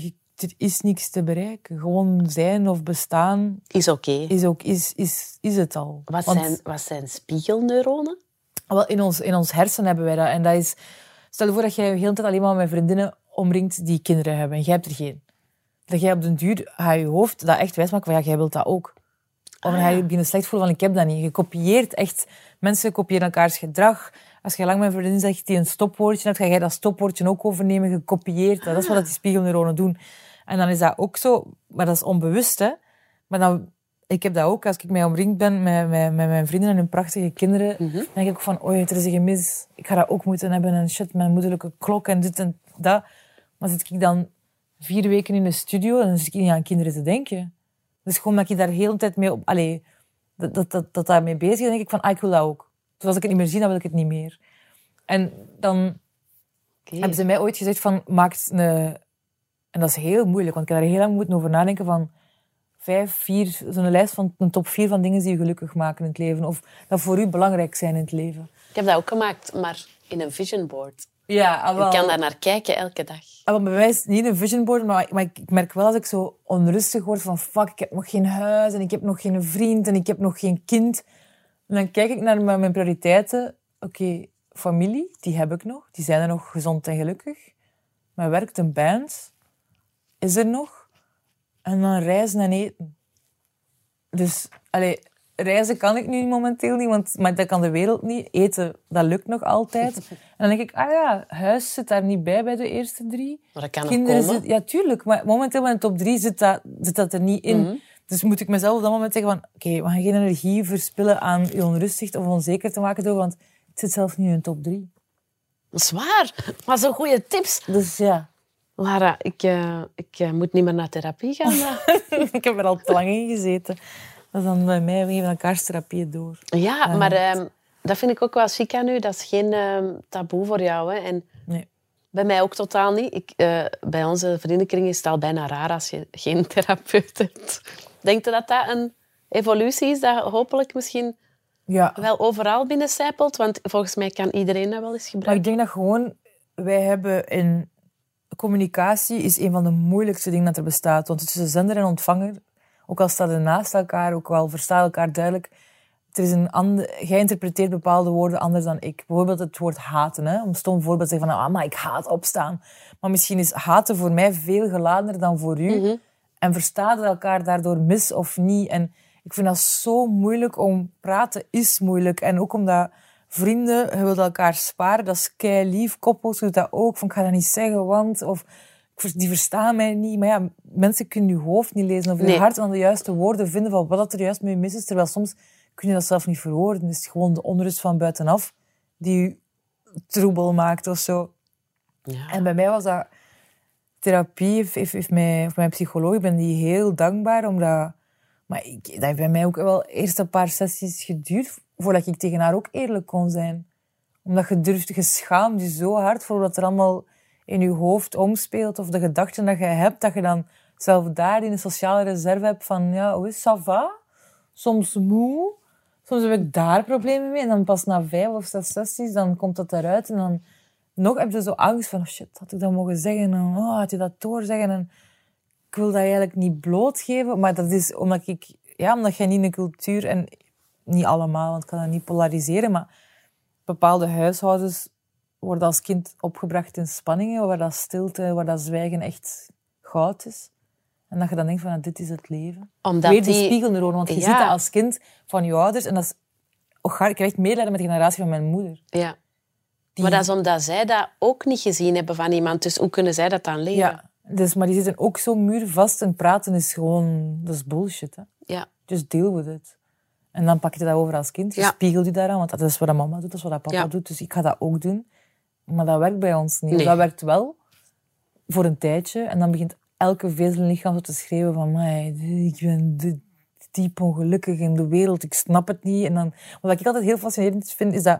er is niks te bereiken. Gewoon zijn of bestaan... Is oké. Okay. Is, ook, is, is, is het al. Wat, Want, zijn, wat zijn spiegelneuronen? Wel, in ons, in ons hersen hebben wij dat. En dat is... Stel je voor dat jij de hele tijd alleen maar met vriendinnen omringt die kinderen hebben. En jij hebt er geen. Dat jij op den duur ga je hoofd dat echt wijsmaken van ja, jij wilt dat ook. Of dan ga je beginnen slecht voelen van ik heb dat niet. Je kopieert echt... Mensen kopiëren elkaars gedrag. Als je lang met een vriendin zegt die een stopwoordje hebt, ga jij dat stopwoordje ook overnemen, gekopieerd. Dat is wat die spiegelneuronen doen. En dan is dat ook zo... Maar dat is onbewust, hè. Maar dan... Ik heb dat ook, als ik mij omringd ben met, met, met mijn vrienden en hun prachtige kinderen, mm-hmm. dan denk ik ook van, oei, er is een gemis. Ik ga dat ook moeten hebben en shit, mijn moederlijke klok en dit en dat. Maar zit ik dan vier weken in de studio en dan zit ik niet aan kinderen te denken. Dus gewoon dat ik daar de hele tijd mee op... Allee, dat, dat, dat, dat daarmee bezig ben, denk ik van, ah, ik wil dat ook. Dus als ik het niet meer zie, dan wil ik het niet meer. En dan okay. hebben ze mij ooit gezegd van, maak een... En dat is heel moeilijk, want ik heb daar heel lang moeten over nadenken van... Vijf, vier, zo'n lijst van een top vier van dingen die je gelukkig maken in het leven. Of dat voor u belangrijk zijn in het leven. Ik heb dat ook gemaakt, maar in een vision board. Ja, wel, je kan daar naar kijken elke dag. Wel, bij mij is het niet een vision board, maar, maar ik merk wel als ik zo onrustig word van fuck, ik heb nog geen huis en ik heb nog geen vriend en ik heb nog geen kind. En dan kijk ik naar mijn prioriteiten. Oké, okay, familie, die heb ik nog. Die zijn er nog gezond en gelukkig. Mijn werk, een band, is er nog. En dan reizen en eten. Dus, allee, reizen kan ik nu momenteel niet, want maar dat kan de wereld niet. Eten, dat lukt nog altijd. En dan denk ik, ah ja, huis zit daar niet bij bij de eerste drie. Maar dat kan Kinderen nog komen. Zit, ja, tuurlijk. Maar momenteel in de top drie zit dat, zit dat er niet in. Mm-hmm. Dus moet ik mezelf op dat moment zeggen van, oké, okay, we gaan geen energie verspillen aan je onrustig of onzeker te maken door, want het zit zelfs niet in de top drie. Dat is waar. Maar zo'n goede tips. Dus ja. Lara, ik, uh, ik uh, moet niet meer naar therapie gaan. Ik heb er al te lang in gezeten. Dat is dan bij mij, we geven elkaars therapieën door. Ja, uh, maar uh, dat vind ik ook wel chic aan u. Dat is geen uh, taboe voor jou. Hè. En nee. Bij mij ook totaal niet. Ik, uh, bij onze vriendenkring is het al bijna raar als je geen therapeut hebt. Denk je dat dat een evolutie is dat hopelijk misschien Ja. wel overal binnencijpelt. Want volgens mij kan iedereen dat wel eens gebruiken. Maar ik denk dat gewoon... Wij hebben in... Communicatie is een van de moeilijkste dingen dat er bestaat. Want tussen zender en ontvanger, ook al staan ze naast elkaar, ook al verstaan elkaar duidelijk, er is een ander, jij interpreteert bepaalde woorden anders dan ik. Bijvoorbeeld het woord haten. Hè? Om een stom voorbeeld te zeggen van, ah, maar ik haat opstaan. Maar misschien is haten voor mij veel geladener dan voor u. Mm-hmm. En verstaan we elkaar daardoor mis of niet. En ik vind dat zo moeilijk om... Praten is moeilijk. En ook omdat vrienden, je wilt elkaar sparen. Dat is kei lief. Koppels doet dat ook. Van, ik ga dat niet zeggen, want... Of, die verstaan mij niet. Maar ja, mensen kunnen je hoofd niet lezen. Of je nee. hart aan de juiste woorden vinden van wat er juist mee mis is. Terwijl soms kun je dat zelf niet verwoorden. Het is gewoon de onrust van buitenaf die je troebel maakt of zo. Ja. En bij mij was dat... Therapie heeft, heeft, heeft mij, of mijn psycholoog, ik ben die heel dankbaar, omdat... Maar ik, dat heeft bij mij ook wel eerst een paar sessies geduurd, voordat ik tegen haar ook eerlijk kon zijn. Omdat je durft, je schaamt je zo hard voor wat er allemaal in je hoofd omspeelt, of de gedachten dat je hebt, dat je dan zelf daar in een sociale reserve hebt van, ja, hoe is ça va? Soms moe, soms heb ik daar problemen mee, en dan pas na vijf of zes sessies, dan komt dat eruit, en dan... Nog heb je zo angst van, oh shit, had ik dat mogen zeggen? En oh, had je dat doorzeggen? En ik wil dat eigenlijk niet blootgeven. Maar dat is omdat ik... Ja, omdat jij niet in een cultuur... En niet allemaal, want ik kan dat niet polariseren. Maar bepaalde huishoudens worden als kind opgebracht in spanningen. Waar dat stilte, waar dat zwijgen echt goud is. En dat je dan denkt van, dit is het leven. Omdat Weer die die... spiegel erover. Want je ja. ziet dat als kind van je ouders. En dat is... Oh, ik krijg medelijden met de generatie van mijn moeder. Ja. Die... Maar dat is omdat zij dat ook niet gezien hebben van iemand. Dus hoe kunnen zij dat dan leren? Ja, dus, maar die zitten ook zo muurvast en praten is gewoon... Dat is bullshit, hè. Ja. Just deal with it. En dan pak je dat over als kind. Je ja. spiegelt je daaraan, want dat is wat mama doet, dat is wat papa ja. doet. Dus ik ga dat ook doen. Maar dat werkt bij ons niet. Nee. Dat werkt wel voor een tijdje. En dan begint elke vezel in het lichaam zo te schreeuwen van... Ik ben diep ongelukkig in de wereld, ik snap het niet. En dan, wat ik altijd heel fascinerend vind, is dat...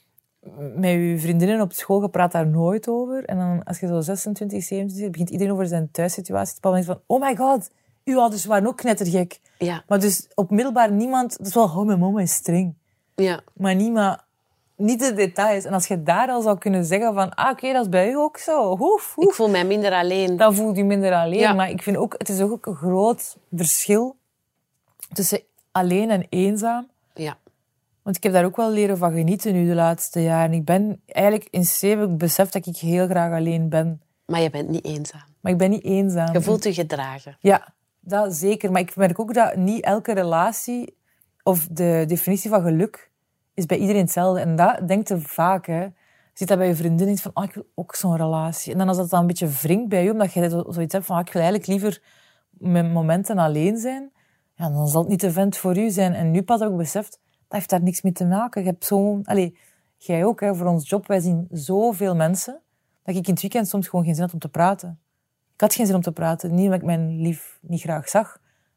Met je vriendinnen op school, je praat daar nooit over. En dan, als je zo zesentwintig, zevenentwintig zit, begint iedereen over zijn thuissituatie te praten. Van, oh my god, uw ouders waren ook knettergek. Ja. Maar dus op middelbaar niemand... Dat is wel, oh, mijn mama is streng. Ja. Maar niet, maar, niet de details. En als je daar al zou kunnen zeggen van... Ah, oké, okay, dat is bij u ook zo. Hoef, hoef. Ik voel mij minder alleen. Dan voel je minder alleen. Ja. Maar ik vind ook... Het is ook een groot verschil tussen alleen en eenzaam. Ja. Want ik heb daar ook wel leren van genieten nu de laatste jaren. Ik ben eigenlijk in C heb ik beseft dat ik heel graag alleen ben. Maar je bent niet eenzaam. Maar ik ben niet eenzaam. Je voelt je gedragen. Ja, dat zeker. Maar ik merk ook dat niet elke relatie of de definitie van geluk is bij iedereen hetzelfde. En dat denkt je vaak, hè. Je ziet dat bij je vriendin iets van, oh, ik wil ook zo'n relatie. En dan als dat dan een beetje wringt bij je, omdat je zoiets hebt van, oh, ik wil eigenlijk liever met momenten alleen zijn, ja, dan zal het niet de vent voor u zijn. En nu pas heb ik beseft, dat heeft daar niks mee te maken. Je hebt zo'n... Allee, jij ook, hè, voor ons job. Wij zien zoveel mensen, dat ik in het weekend soms gewoon geen zin had om te praten. Ik had geen zin om te praten. Niet omdat ik mijn lief niet graag zag.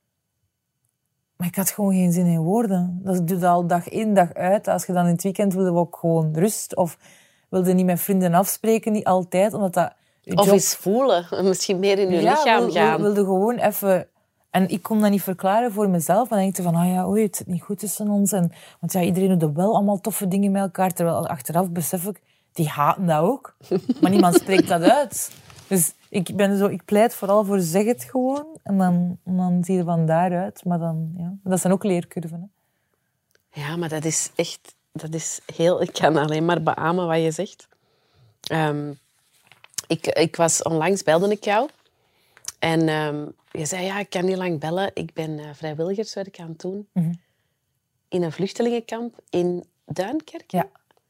Maar ik had gewoon geen zin in woorden. Dat doe je al dag in, dag uit. Als je dan in het weekend wilde ook gewoon rust. Of wilde niet met vrienden afspreken. Niet altijd, omdat dat... Of job... eens voelen. Misschien meer in je ja, lichaam wil, gaan. Ja, wilde gewoon even... En ik kon dat niet verklaren voor mezelf. En dan denk ik van, ah ja, oei, het zit niet goed tussen ons. En, want ja, iedereen doet wel allemaal toffe dingen met elkaar. Terwijl achteraf besef ik, die haten dat ook. Maar niemand spreekt dat uit. Dus ik, ben zo, ik pleit vooral voor zeg het gewoon. En dan, en dan zie je van daaruit. Maar dan, ja, dat zijn ook leercurven. Hè. Ja, maar dat is echt... Dat is heel... Ik kan alleen maar beamen wat je zegt. Um, ik, ik was... Onlangs belde ik jou. En... Um, Je zei, ja, ik kan niet lang bellen. Ik ben uh, vrijwilligerswerk aan het doen. Mm-hmm. In een vluchtelingenkamp in Duinkerk. Ja.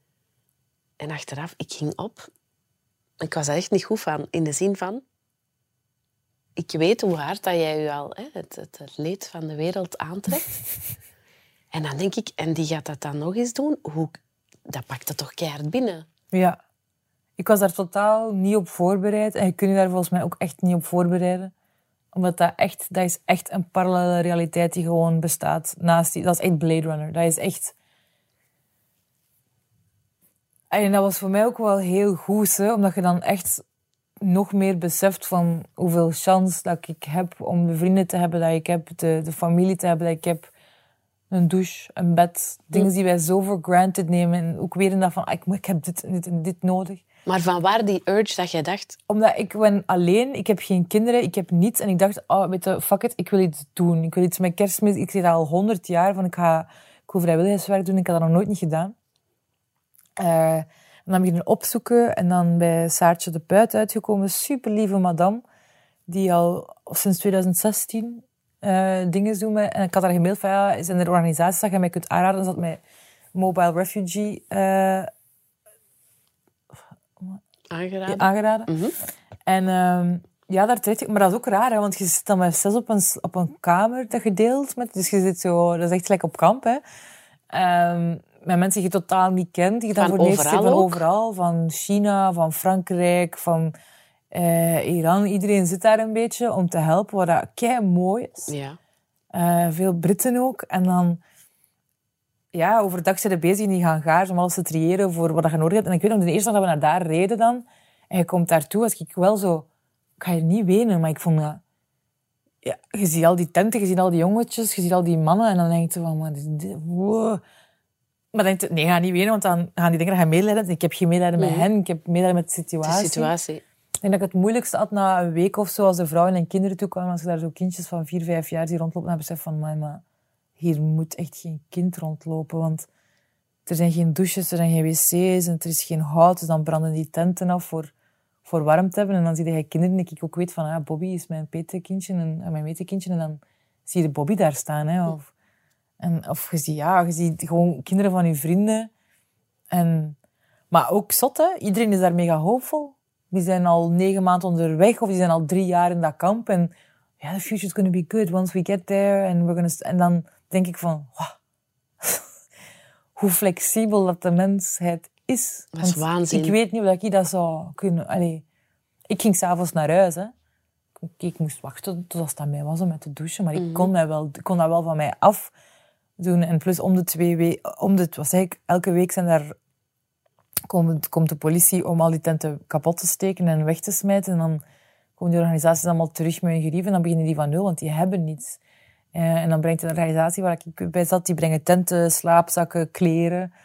En achteraf, ik ging op. Ik was er echt niet goed van. In de zin van... Ik weet hoe hard dat jij je al hè, het, het, het leed van de wereld aantrekt. En dan denk ik, en die gaat dat dan nog eens doen? Hoe, dat pakt het toch keihard binnen? Ja. Ik was daar totaal niet op voorbereid. En je kunt je daar volgens mij ook echt niet op voorbereiden. Omdat dat echt, dat is echt een parallele realiteit die gewoon bestaat. Naast die, dat is echt Blade Runner. Dat is echt... En dat was voor mij ook wel heel goed, hè, omdat je dan echt nog meer beseft van hoeveel chance dat ik heb om de vrienden te hebben dat ik heb, de, de familie te hebben dat ik heb, Een douche, een bed. Dingen die wij zo voor granted nemen. En ook weer in dat van, ah, ik, ik heb dit en dit en dit nodig. Maar van waar die urge dat jij dacht? Omdat ik ben alleen, ik heb geen kinderen, ik heb niets. En ik dacht, oh, weet je, fuck it, ik wil iets doen. Ik wil iets met kerstmis. Ik zit al honderd jaar van, ik ga, ik wil vrijwilligerswerk doen. Ik had dat nog nooit niet gedaan. Uh, en dan begin ik opzoeken. En dan bij Saartje de Puit uitgekomen. Super lieve madame. Die al sinds twintig zestien uh, dingen doen. Met, en ik had haar gemaild van, ja, zijn er organisaties dat je mij kunt aanraden? En ze had mij Mobile Refugee... Uh, Aangeraden. aangeraden. Mm-hmm. En um, ja, daar terecht. Maar dat is ook raar, hè, want je zit dan met zes op een, op een kamer dat je deelt. Met, dus je zit zo, dat is echt gelijk op kamp, hè. Um, met mensen die je totaal niet kent. Die je dan van voor overal overal van ook? overal. Van China, van Frankrijk, van uh, Iran. Iedereen zit daar een beetje om te helpen, wat dat kei mooi is. Ja. Uh, veel Britten ook. En dan... Ja, overdag zijn ze bezig in die hangars om alles te triëren voor wat je nodig hebt. En ik weet nog, de eerste dag dat we naar daar reden dan, en je komt daartoe, was ik wel zo... Ik ga hier niet wenen, maar ik vond dat... Ja, je ziet al die tenten, je ziet al die jongetjes, je ziet al die mannen, en dan denk je van... Maar, dit, wow. maar dan denk je, nee, ga niet wenen, want dan gaan die denken dat je medelijden hebt. Ik heb geen medelijden met nee. hen, ik heb medelijden met de situatie. De situatie. Ik denk dat ik het moeilijkste had na een week of zo, als de vrouwen en kinderen toekwamen, als je daar zo kindjes van vier, vijf jaar die rondlopen, dan besef van... Maar, maar, hier moet echt geen kind rondlopen, want er zijn geen douches, er zijn geen wc's en er is geen hout, dus dan branden die tenten af voor, voor warm te hebben. En dan zie je kinderen, die ik ook weet van, ah, Bobby is mijn petekindje en, en mijn metekindje, en dan zie je Bobby daar staan. Hè, of, en, of je ziet, ja, je ziet gewoon kinderen van je vrienden. En, maar ook zot, hè. Iedereen is daar mega hoopvol. Die zijn al negen maanden onderweg, of die zijn al drie jaar in dat kamp. En ja, yeah, the future's going to be good once we get there. And we're gonna st- en dan denk ik van, wow, hoe flexibel dat de mensheid is. Dat is Want waanzin. Ik weet niet of ik dat zou kunnen... Allee, ik ging s'avonds naar huis, hè. Ik, ik moest wachten tot het aan mij was om met te douchen, maar ik Mm-hmm. kon, mij wel, ik kon dat wel van mij af doen. En plus om de twee weken... Om de, was eigenlijk, elke week zijn daar, komt, komt de politie om al die tenten kapot te steken en weg te smijten. En dan komen die organisaties allemaal terug met hun gerief en dan beginnen die van nul, want die hebben niets. Uh, en dan brengt de organisatie waar ik bij zat, die brengen tenten, slaapzakken, kleren.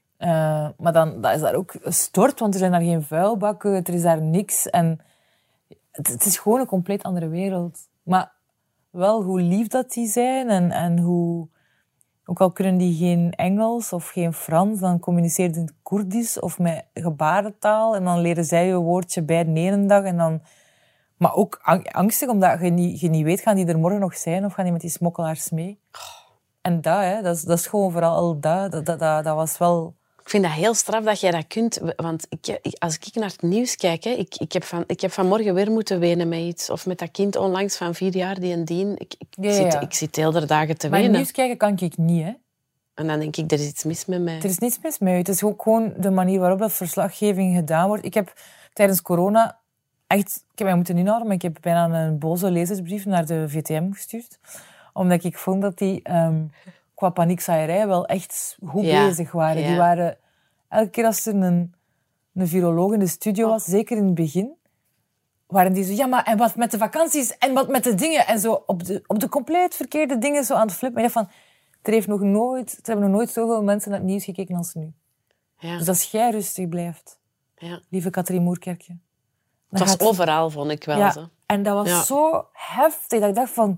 Uh, maar dan dat is daar ook stort, want er zijn daar geen vuilbakken, er is daar niks. En het, het is gewoon een compleet andere wereld. Maar wel hoe lief dat die zijn en, en hoe... Ook al kunnen die geen Engels of geen Frans, dan communiceren die in het Koerdisch of met gebarentaal. En dan leren zij je woordje bij de ene dag en dan... Maar ook angstig, omdat je niet, je niet weet, gaan die er morgen nog zijn of gaan die met die smokkelaars mee? En dat, hè, dat, is, dat is gewoon vooral dat, dat, dat, dat, dat was wel... Ik vind dat heel straf dat jij dat kunt. Want ik, als ik naar het nieuws kijk, hè, ik, ik, heb van, ik heb vanmorgen weer moeten wenen met iets. Of met dat kind onlangs van vier jaar, die een dien. Ik, ik, Ja, zit, ja. ik zit heel de dagen te Maar wenen. nieuws kijken kan ik niet, hè. En dan denk ik, er is iets mis met mij. Er is niets mis mee. Het is ook gewoon de manier waarop dat verslaggeving gedaan wordt. Ik heb tijdens corona echt... Ik heb mij moeten inhouden, maar ik heb bijna een boze lezersbrief naar de V T M gestuurd. Omdat ik vond dat die um, qua paniekzaaierij wel echt goed Ja, bezig waren. ja. Die waren... Elke keer als er een, een viroloog in de studio was, zeker in het begin, waren die zo... Ja, maar en wat met de vakanties? En wat met de dingen? En zo op de, op de compleet verkeerde dingen zo aan het flippen. Maar ik dacht van... Er, heeft nog nooit, er hebben nog nooit zoveel mensen naar het nieuws gekeken als nu. Ja. Dus als jij rustig blijft, Ja. lieve Katrien Moerkerkje. Het was gaat... overal, vond ik wel. Ja, Zo. en dat was Ja. zo heftig dat ik dacht van...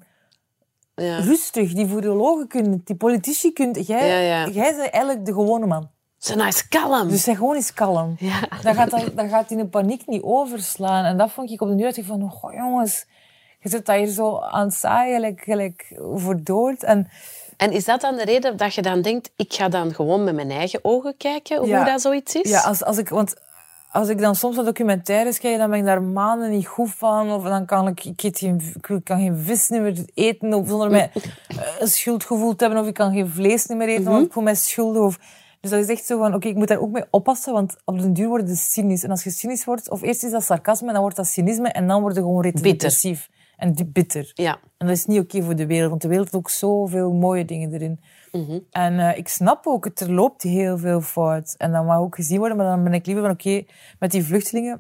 Ja. Rustig, die virologen kunnen, die politici kunnen... Jij, Ja, ja. jij bent eigenlijk de gewone man. Ze nou is kalm. Dus zeg gewoon eens kalm. Ja. Dan gaat, dat, dan gaat die in paniek niet overslaan. En dat vond ik op de duur van... Goh, jongens, je zit daar hier zo aan het zaaien, gelijk, gelijk voor dood. En... En is dat dan de reden dat je dan denkt, ik ga dan gewoon met mijn eigen ogen kijken hoe Ja. dat zoiets is? Ja, als, als ik, want als ik dan soms naar documentaires kijk, dan ben ik daar maanden niet goed van. Of dan kan ik, ik, eet geen, ik kan geen vis niet meer eten of zonder mij een schuldgevoel te hebben. Of ik kan geen vlees niet meer eten, Mm-hmm. want ik voel mij schuldig. Of, dus dat is echt zo van, oké, okay, ik moet daar ook mee oppassen, want op den duur word je cynisch. En als je cynisch wordt, of eerst is dat sarcasme, dan wordt dat cynisme, en dan word je gewoon depressief. En die bitter. Ja. En dat is niet oké okay voor de wereld, want de wereld heeft ook zoveel mooie dingen erin. Mm-hmm. En uh, ik snap ook, er loopt heel veel fout. En dat mag ook gezien worden, maar dan ben ik liever van, oké, okay, met die vluchtelingen,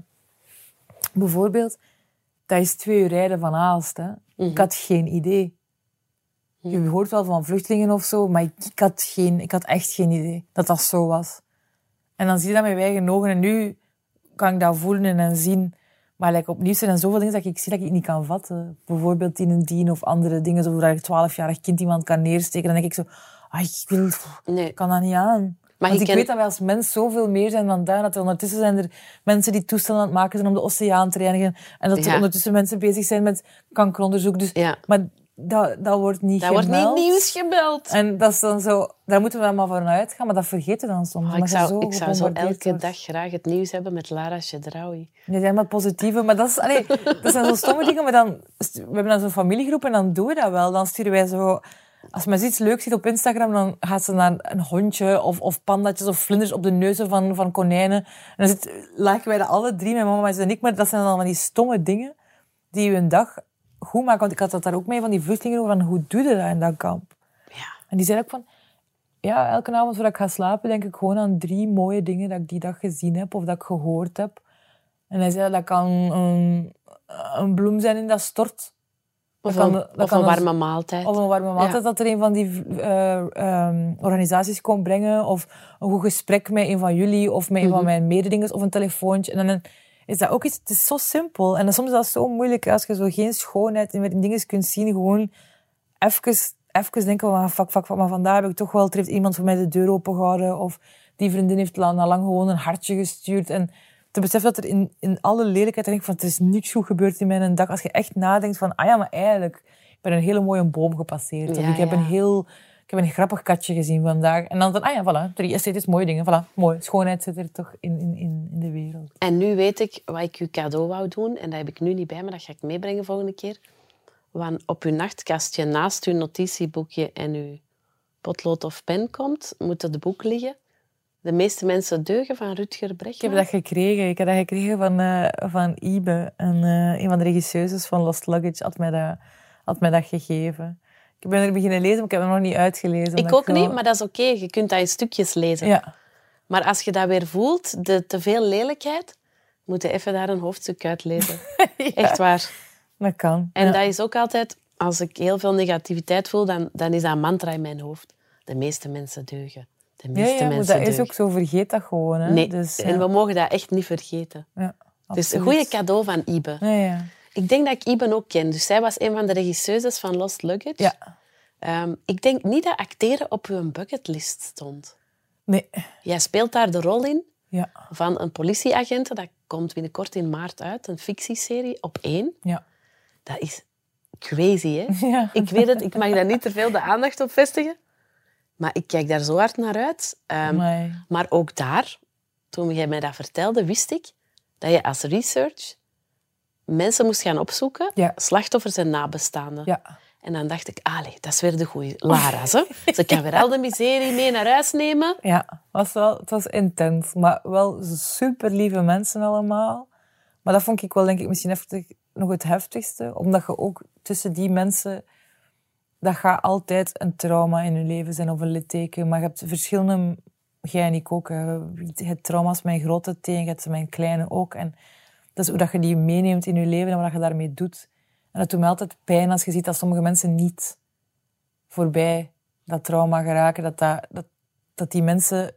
bijvoorbeeld, dat is twee uur rijden van Aalst. Hè. Mm-hmm. Ik had geen idee. Je hoort wel van vluchtelingen of zo, maar ik, ik, had geen, ik had echt geen idee dat dat zo was. En dan zie je dat met mijn eigen ogen en nu kan ik dat voelen en zien. Maar like, opnieuw zijn er zoveel dingen dat ik zie dat ik niet kan vatten. Bijvoorbeeld die een dien of andere dingen, zoals dat ik twaalfjarig kind iemand kan neersteken. Dan denk ik zo, ah, ik wil, nee. kan dat niet aan. Maar Want ik ken... weet dat wij als mens zoveel meer zijn dan dat. Dat er ondertussen zijn er mensen die toestellen aan het maken zijn om de oceaan te reinigen. En dat er ja. ondertussen mensen bezig zijn met kankeronderzoek. Dus, ja. Maar dat, dat wordt niet dat gemeld. Dat wordt niet nieuws gebeld. En dat is dan zo, daar moeten we dan maar vanuit gaan. Maar dat vergeten we dan soms. Oh, ik zou zo, ik zou zo elke wordt. dag graag het nieuws hebben met Lara Chedraoui. Ja, zijn maar positieve. Maar dat, is, allee, dat zijn zo stomme dingen. Maar dan, we hebben dan zo'n familiegroep en dan doen we dat wel. Dan sturen wij zo... Als men iets leuks ziet op Instagram, dan gaat ze naar een hondje of, of pandatjes of vlinders op de neuzen van, van konijnen. En dan zit, lachen wij dat alle drie, mijn mama en ik. Maar dat zijn dan van die stomme dingen die je een dag goed maken. Want ik had dat daar ook mee van die vluchtelingen over, van hoe doe je dat in dat kamp? Ja. En die zei ook van, ja, elke avond voordat ik ga slapen, denk ik gewoon aan drie mooie dingen dat ik die dag gezien heb of dat ik gehoord heb. En hij zei, dat kan een, een bloem zijn in dat stort. Of, kan, een, of een warme ons, maaltijd. Of een warme maaltijd, ja. Dat er een van die uh, um, organisaties komt brengen. Of een goed gesprek met een van jullie. Of met mm-hmm. een van mijn mededingers. Of een telefoontje. En dan is dat ook iets... Het is zo simpel. En soms is dat zo moeilijk als je zo geen schoonheid in dingen kunt zien. Gewoon even, even denken van... Fuck, fuck, fuck. Maar vandaag heb ik toch wel... Er heeft iemand voor mij de deur opengehouden. Of die vriendin heeft na lang gewoon een hartje gestuurd. En... te beseffen dat er in, in alle lelijkheid... denk ik van, het is niks goed gebeurd in mijn dag. Als je echt nadenkt van... Ah ja, maar eigenlijk... Ik ben een hele mooie boom gepasseerd. Ja, of ik heb ja. een heel... Ik heb een grappig katje gezien vandaag. En dan... Ah ja, voilà. Drie esthetisch mooie dingen. Voilà. Mooi. Schoonheid zit er toch in, in, in de wereld. En nu weet ik wat ik u cadeau wou doen. En dat heb ik nu niet bij me. Dat ga ik meebrengen volgende keer. Want op uw nachtkastje, naast uw notitieboekje en uw potlood of pen komt, moet het boek liggen. De meeste mensen deugen van Rutger Bregman. Ik heb dat gekregen. Ik heb dat gekregen van, uh, van Ibe. En, uh, een van de regisseuses van Lost Luggage had mij dat, had mij dat gegeven. Ik ben er beginnen lezen, maar ik heb het nog niet uitgelezen. Ik ook ik wel... niet, maar dat is oké. Okay. Je kunt dat in stukjes lezen. Ja. Maar als je dat weer voelt, de te veel lelijkheid, moet je even daar een hoofdstuk uitlezen. Ja. Echt waar. Dat kan. En ja. dat is ook altijd... Als ik heel veel negativiteit voel, dan, dan is dat een mantra in mijn hoofd. De meeste mensen deugen. De meeste ja, ja, mensen dat deugen. is ook zo, vergeet dat gewoon. Hè? Nee, dus, ja. En we mogen dat echt niet vergeten. Ja, dus een goede cadeau van Ibe. Ja, ja. Ik denk dat ik Ibe ook ken. Dus zij was een van de regisseuses van Lost Luggage. Ja. Um, ik denk niet dat acteren op uw bucketlist stond. Nee. Jij speelt daar de rol in ja. van een politieagent. Dat komt binnenkort in maart uit. Een fictieserie op één. Ja. Dat is crazy, hè? Ja. Ik weet het, ik mag daar niet te veel de aandacht op vestigen. Maar ik kijk daar zo hard naar uit. Um, nee. Maar ook daar, toen jij mij dat vertelde, wist ik dat je als research mensen moest gaan opzoeken. Ja. Slachtoffers en nabestaanden. Ja. En dan dacht ik, allee, dat is weer de goeie Lara's. Hè? Ze kan weer al de miserie mee naar huis nemen. Ja, was wel, het was intens. Maar wel super lieve mensen allemaal. Maar dat vond ik wel, denk ik, misschien heftig, nog het heftigste. Omdat je ook tussen die mensen... Dat gaat altijd een trauma in je leven zijn of een litteken. Maar je hebt verschillende... Jij en ik ook. Je hebt trauma's met grote teen, je hebt ze met een kleine ook. En dat is hoe dat je die meeneemt in je leven en wat je daarmee doet. En dat doet me altijd pijn als je ziet dat sommige mensen niet voorbij dat trauma geraken. Dat, dat, dat, dat die mensen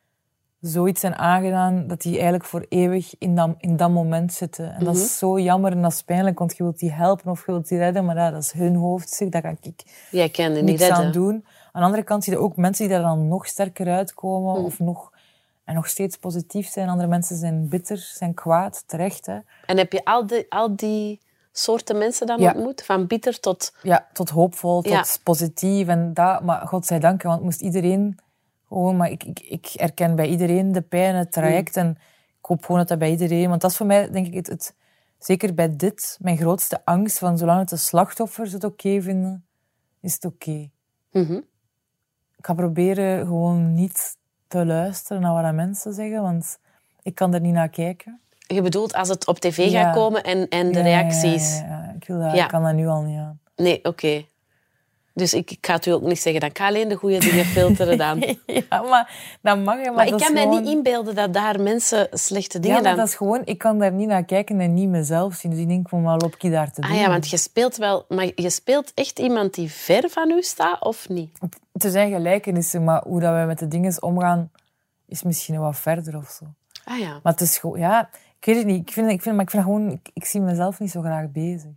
zoiets zijn aangedaan, dat die eigenlijk voor eeuwig in dat, in dat moment zitten. En mm-hmm. dat is zo jammer en dat is pijnlijk, want je wilt die helpen of je wilt die redden, maar ja, dat is hun hoofdstuk, daar kan ik Jij kan die niks niet aan doen. Aan de andere kant zie je ook mensen die daar dan nog sterker uitkomen mm. of nog, en nog steeds positief zijn. Andere mensen zijn bitter, zijn kwaad, terecht. Hè. En heb je al die, al die soorten mensen dan ja. ontmoet? Van bitter tot... Ja, tot hoopvol, tot ja. positief. En dat, maar godzijdank, want moest iedereen... Gewoon, maar ik, ik, ik herken bij iedereen de pijn, het traject. Mm. En ik hoop gewoon dat dat bij iedereen... Want dat is voor mij, denk ik, het, het, zeker bij dit, mijn grootste angst. Van zolang het de slachtoffers het oké okay vinden, is het oké. Okay. Mm-hmm. Ik ga proberen gewoon niet te luisteren naar wat mensen zeggen, want ik kan er niet naar kijken. Je bedoelt als het op tv ja. gaat komen en, en de ja, reacties... Ja, ja, ja. Ik, wil dat, ja. ik kan dat nu al niet aan. Nee, oké. Okay. Dus ik, ik ga het u ook niet zeggen. Dan kan alleen de goede dingen filteren dan. Ja, maar dat mag je. Maar, maar ik dat kan mij gewoon... niet inbeelden dat daar mensen slechte dingen ja, maar dan... dat is gewoon... Ik kan daar niet naar kijken en niet mezelf zien. Dus ik denk van, wat loop ik daar te doen? Ah ja, want je speelt wel... Maar je speelt echt iemand die ver van u staat, of niet? Er zijn gelijkenissen, maar hoe dat wij met de dingen omgaan, is misschien wat verder of zo. Ah ja. Maar het is gewoon... Ja, ik weet het niet. Ik vind, ik vind, maar ik vind gewoon... Ik, ik zie mezelf niet zo graag bezig.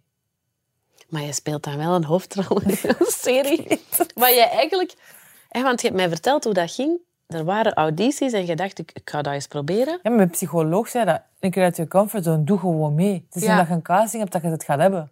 Maar je speelt dan wel een hoofdrol in een serie. Maar je eigenlijk... Hè, want je hebt mij verteld hoe dat ging. Er waren audities en je dacht, ik, ik ga dat eens proberen. Ja, mijn psycholoog zei dat. Een keer uit je comfortzone, doe gewoon mee. Het is Ja. niet dat je een casting hebt, dat je het gaat hebben.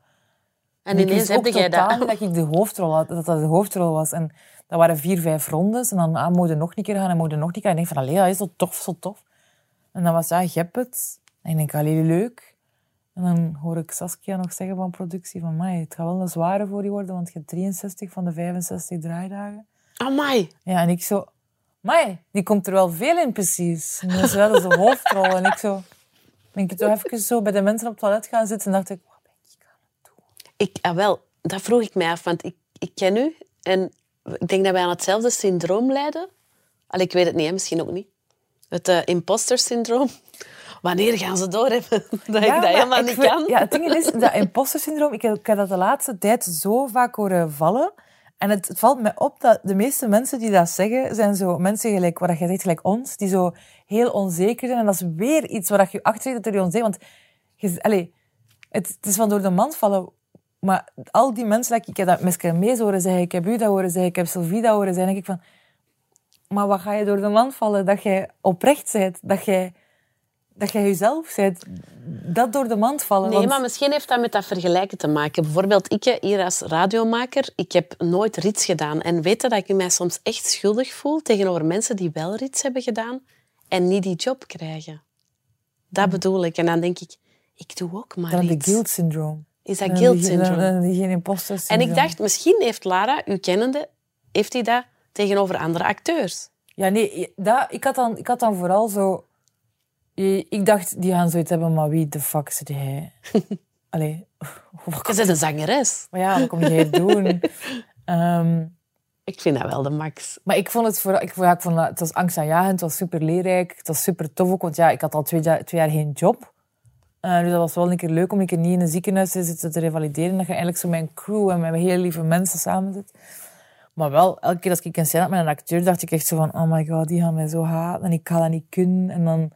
En ik ineens wist ook heb jij totaal dat... niet dat ik de hoofdrol had, dat dat de hoofdrol was. En dat waren vier, vijf rondes. En dan ah, moet je nog een keer gaan en moet je nog een keer. En ik denk van, allee, dat is zo tof, zo tof. En dan was ja, je hebt het. En ik denk, allee, leuk. En dan hoor ik Saskia nog zeggen van productie van, mij, het gaat wel een zware voor je worden, want je hebt drieënzestig van de vijfenzestig draaidagen. Amai. Ja, en ik zo, mij, die komt er wel veel in precies. En dat is wel eens de hoofdrol. En ik zo, denk ik toch even zo bij de mensen op het toilet gaan zitten en dacht ik, wat ben ik aan het doen? Ik, ah, wel, dat vroeg ik mij af, want ik, ik ken u en ik denk dat wij aan hetzelfde syndroom lijden. Allee, ik weet het niet, hè, misschien ook niet. Het uh, imposter-syndroom. Wanneer gaan ze doorhebben dat Ja, ik dat helemaal ik niet vind- kan? Ja, het ding is, dat imposter-syndroom, ik heb, ik heb dat de laatste tijd zo vaak horen vallen. En het, het valt mij op dat de meeste mensen die dat zeggen, zijn zo mensen gelijk, wat jij zegt, gelijk ons, die zo heel onzeker zijn. En dat is weer iets waar je achter zit dat er je onzeker... Want je, allez, het, het is van door de mand vallen. Maar al die mensen, like, ik heb dat met Mees horen zeggen, ik heb u dat horen zeggen, ik heb Sylvie dat horen zeggen, denk ik van... Maar wat ga je door de mand vallen? Dat jij oprecht bent, dat jij... Dat jij jezelf bent, dat door de mand vallen. Nee, want... maar misschien heeft dat met dat vergelijken te maken. Bijvoorbeeld, ik hier als radiomaker, ik heb nooit rits gedaan. En weet je dat ik mij soms echt schuldig voel tegenover mensen die wel rits hebben gedaan en niet die job krijgen. Dat bedoel ik. En dan denk ik, ik doe ook maar Dan iets. de guilt syndroom. Is dat Dan guilt die- syndroom? Dan, dan die geen imposter En syndroom. ik dacht, misschien heeft Lara, u kennende, heeft hij dat tegenover andere acteurs. Ja, nee, dat, ik, had dan, ik had dan vooral zo... Ik dacht, die gaan zoiets hebben, maar wie de fuck is hij? Allee. Je bent een zangeres. Maar ja, wat kom jij doen? um, Ik vind dat wel de max. maar ik vond het voor, ik, ja, ik vond dat, het was angstaanjagend, het was super leerrijk, het was super tof ook, want ja, ik had al twee, jaar, twee jaar geen job. Uh, dus dat was wel een keer leuk om een keer niet in een ziekenhuis te zitten te revalideren. Dat je eigenlijk zo met een crew en met hele lieve mensen samen zit. Maar wel, elke keer als ik een scène had met een acteur, dacht ik echt zo van, oh my god, die gaan mij zo haten en ik ga dat niet kunnen. En dan...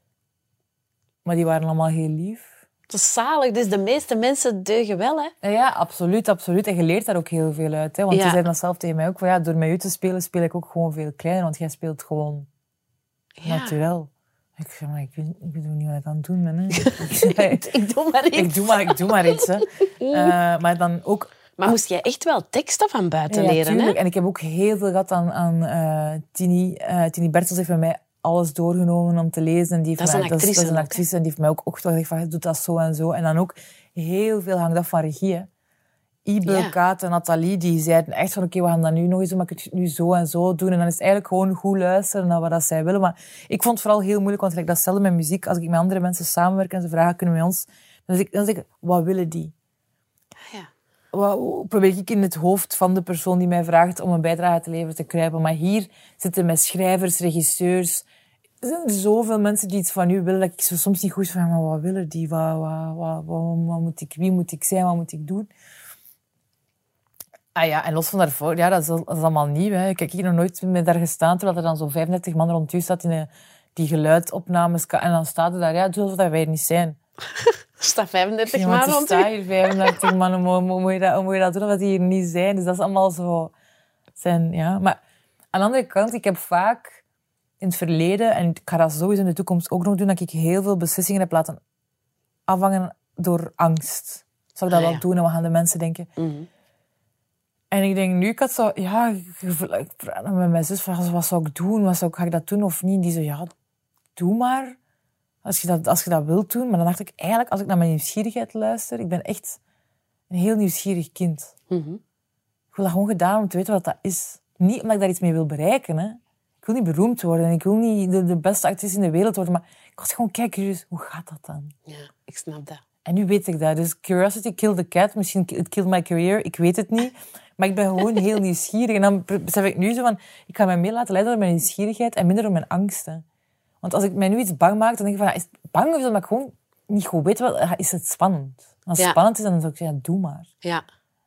Maar die waren allemaal heel lief. Het is zalig. Dus de meeste mensen deugen wel, hè? Ja, ja, absoluut, absoluut. En je leert daar ook heel veel uit. Hè? Want Ja. ze zeiden dat zelf tegen mij ook. Van, ja, door met u te spelen, speel ik ook gewoon veel kleiner. Want jij speelt gewoon Ja. naturel. Ik zeg, maar ik weet, ik weet niet wat ik aan het doen ben. Hè. Ik doe maar iets. ik, doe maar, ik doe maar iets. Hè. Uh, maar dan ook... Maar moest jij echt wel teksten van buiten Ja, leren, tuurlijk. hè? En ik heb ook heel veel gehad aan, aan uh, Tini. Uh, Tini Bertels heeft bij mij alles doorgenomen om te lezen. En die Dat is mij, een actrice Dat is, dat is een ook, actrice. En die heeft mij ook, ook gezegd van, doe dat zo en zo. En dan ook heel veel hangt af van regie. Hè. Ibe, Ja. Kaat en Nathalie, die zeiden echt van, oké, okay, we gaan dat nu nog eens doen, maar ik het nu zo en zo doen. En dan is het eigenlijk gewoon goed luisteren naar wat dat zij willen. Maar ik vond het vooral heel moeilijk, want ik dat zelf met muziek, als ik met andere mensen samenwerk en ze vragen, kunnen we ons... Dan zeg ik, dan zeg ik wat willen die? Ja. Wat probeer ik in het hoofd van de persoon die mij vraagt om een bijdrage te leveren te kruipen. Maar hier zitten met schrijvers, regisseurs... Er zijn zoveel mensen die iets van u willen, dat ik zo soms niet goed van, maar wat willen die? Wat, wat, wat, wat, wat moet ik, wie moet ik zijn? Wat moet ik doen? Ah ja, en los van daarvoor, ja, dat is, dat is allemaal nieuw. Hè. Kijk, ik heb nog nooit met daar gestaan, terwijl er dan zo'n vijfendertig man rond u staat in een, die geluidopnames. En dan staat er daar, ja, doe alsof wij er niet zijn. Er staat vijfendertig Ja, man want er rond staan u. hier vijfendertig man, hoe, hoe, hoe, moet je dat, hoe moet je dat doen, omdat die hier niet zijn? Dus dat is allemaal zo... Zijn, ja. Maar aan de andere kant, ik heb vaak in het verleden, en ik ga dat sowieso in de toekomst ook nog doen, dat ik heel veel beslissingen heb laten afhangen door angst. Zou ik dat Ah, wel ja. doen en wat gaan de mensen denken? Mhm. En ik denk nu, ik had zo, ja, ik praat met mijn zus, vraag, wat zou ik doen? Wat zou ik, ga ik dat doen of niet? Die zo, ja, doe maar. Als je, dat, als je dat wilt doen. Maar dan dacht ik, eigenlijk, als ik naar mijn nieuwsgierigheid luister, ik ben echt een heel nieuwsgierig kind. Mhm. Ik wil dat gewoon gedaan om te weten wat dat is. Niet omdat ik daar iets mee wil bereiken, hè. Ik wil niet beroemd worden. Ik wil niet de, de beste actrice in de wereld worden. Maar ik was gewoon kijken, hoe gaat dat dan? Ja, ik snap dat. En nu weet ik dat. Dus curiosity killed the cat. Misschien it killed my career. Ik weet het niet. Maar ik ben gewoon heel nieuwsgierig. En dan besef ik nu zo van... Ik ga mij meer laten leiden door mijn nieuwsgierigheid en minder door mijn angsten. Want als ik mij nu iets bang maak, dan denk ik van... Is het bang of is dat ik gewoon niet goed weet? Wel, is het spannend? Als het ja. spannend is, dan zou ik zeggen, ja, doe maar. Ja.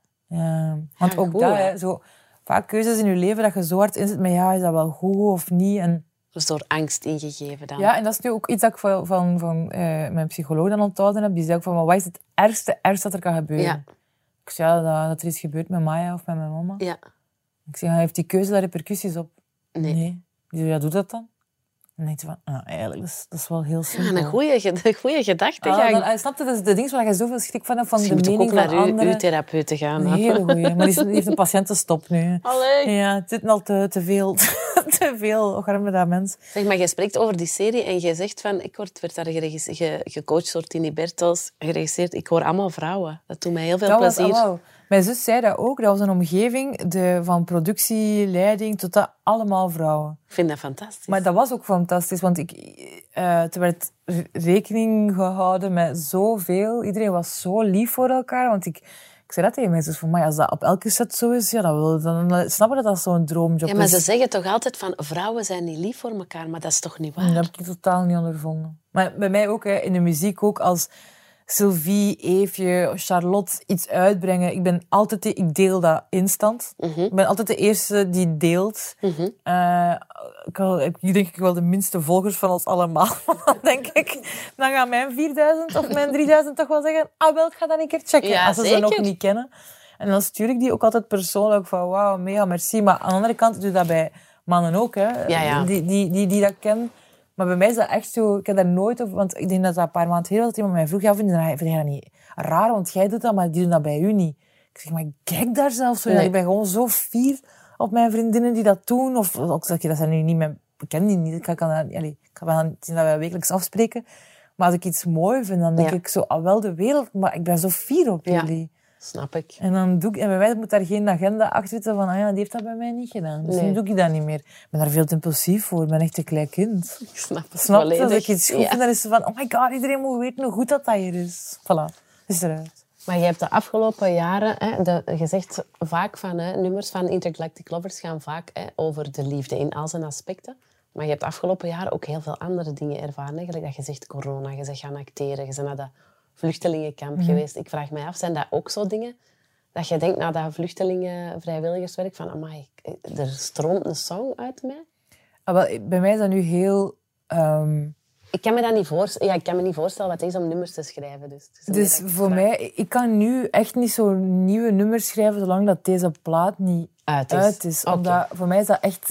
ja want ja, ook goed, dat, hè, zo... Vaak keuzes in je leven dat je zo hard inzet met... Ja, is dat wel goed of niet? En... Dus door angst ingegeven dan. Ja, en dat is nu ook iets dat ik van, van, van uh, mijn psycholoog dan onthouden heb. Die zei ook van, maar wat is het ergste, ergste dat er kan gebeuren? Ja. Ik zei, ja, dat, dat er iets gebeurt met Maya of met mijn mama. Ja. Ik zei, heeft die keuze daar repercussies op? Nee. nee. Die zei, ja, doe dat dan? En dan denk je van, nou, eigenlijk, dat is, dat is wel heel simpel. Ja, een goede, goede gedachte. Ah, dan, uh, snap je, dat is de dingen waar je zoveel schrik van hebt, van Misschien de mening van van anderen. Uw, uw therapeut te gaan. Een hele goeie. Maar die, die heeft een patiëntenstop nu. Allee. Ja, het zit al te, te veel. te veel. Och, arme dat mens. Zeg, maar je spreekt over die serie en je zegt van... Ik word, werd daar geregis- ge, gecoacht door Tini Bertels, geregisseerd. Ik hoor allemaal vrouwen. Dat doet mij heel veel dat plezier. Was, oh, mijn zus zei dat ook. Dat was een omgeving de, van productie, leiding, tot dat allemaal vrouwen. Ik vind dat fantastisch. Maar dat was ook fantastisch, want ik, uh, er werd rekening gehouden met zoveel. Iedereen was zo lief voor elkaar, want ik... Ik zei dat tegen mensen, van, maar als dat op elke set zo is, ja, dan, wil, dan, dan snap je dat dat zo'n droomjob is. Ja, maar ze zeggen toch altijd van, vrouwen zijn niet lief voor elkaar, maar dat is toch niet waar? Dat heb ik totaal niet ondervonden. Maar bij mij ook, hè, in de muziek ook, als Sylvie, Eefje, Charlotte iets uitbrengen, ik ben altijd de, ik deel dat instant. Mm-hmm. Ik ben altijd de eerste die deelt. Mm-hmm. Uh, ik heb hier denk ik wel de minste volgers van ons allemaal. Dan denk ik, dan gaan mijn vierduizend of mijn drieduizend toch wel zeggen, ah wel, ik ga dat een keer checken. Ja, als ze zeker. ze nog niet kennen. En dan stuur ik die ook altijd persoonlijk van, wauw, mega merci. Maar aan de andere kant doe ik dat bij mannen ook, hè. Ja, ja. Die, die, die, die dat kennen. Maar bij mij is dat echt zo... Ik heb daar nooit over... Want ik denk dat dat een paar maanden geleden dat iemand mij vroeg... Ja, vind je dat, vind je dat niet raar? Want jij doet dat, maar die doen dat bij u niet. Ik zeg, maar ik kijk daar zelfs zo. Nee. Ik ben gewoon zo fier op mijn vriendinnen die dat doen. Of ook zeg je, dat zijn nu niet mijn... Ik ken die niet. Ik kan, kan dat, allez, ik kan wel zien dat wij wekelijks afspreken. Maar als ik iets mooi vind, dan denk ja. ik zo... Ah, wel de wereld, maar ik ben zo fier op ja. jullie. Snap ik. En dan doe ik... En bij mij moet daar geen agenda achter zitten van... Ah ja, die heeft dat bij mij niet gedaan. Dus nee. nu doe ik dat niet meer. Ik ben daar veel te impulsief voor. Ik ben echt een klein kind. Ik snap het Snap volledig. Als ik iets goed ja. vind, dan is het van... Oh my god, iedereen moet weten hoe goed dat, dat hier is. Voilà, is eruit. Maar je hebt de afgelopen jaren... Hè, de, je zegt vaak van... Hè, nummers van Intergalactic Lovers gaan vaak hè, over de liefde in al zijn aspecten. Maar je hebt de afgelopen jaren ook heel veel andere dingen ervaren. Eigenlijk dat je zegt corona, je bent gaan acteren, je bent naar dat vluchtelingenkamp mm-hmm. geweest. Ik vraag mij af, zijn dat ook zo dingen... Dat je denkt, na dat vluchtelingen-vrijwilligerswerk, van amai, er stroomt een song uit mij? Ah, wel, bij mij is dat nu heel... Um... Ik kan me dat niet voorstellen. Ja, ik kan me niet voorstellen wat het is om nummers te schrijven. Dus, dus voor vraag. mij, ik kan nu echt niet zo'n nieuwe nummers schrijven zolang dat deze plaat niet uit is. Uit is okay. Omdat, voor mij is dat echt...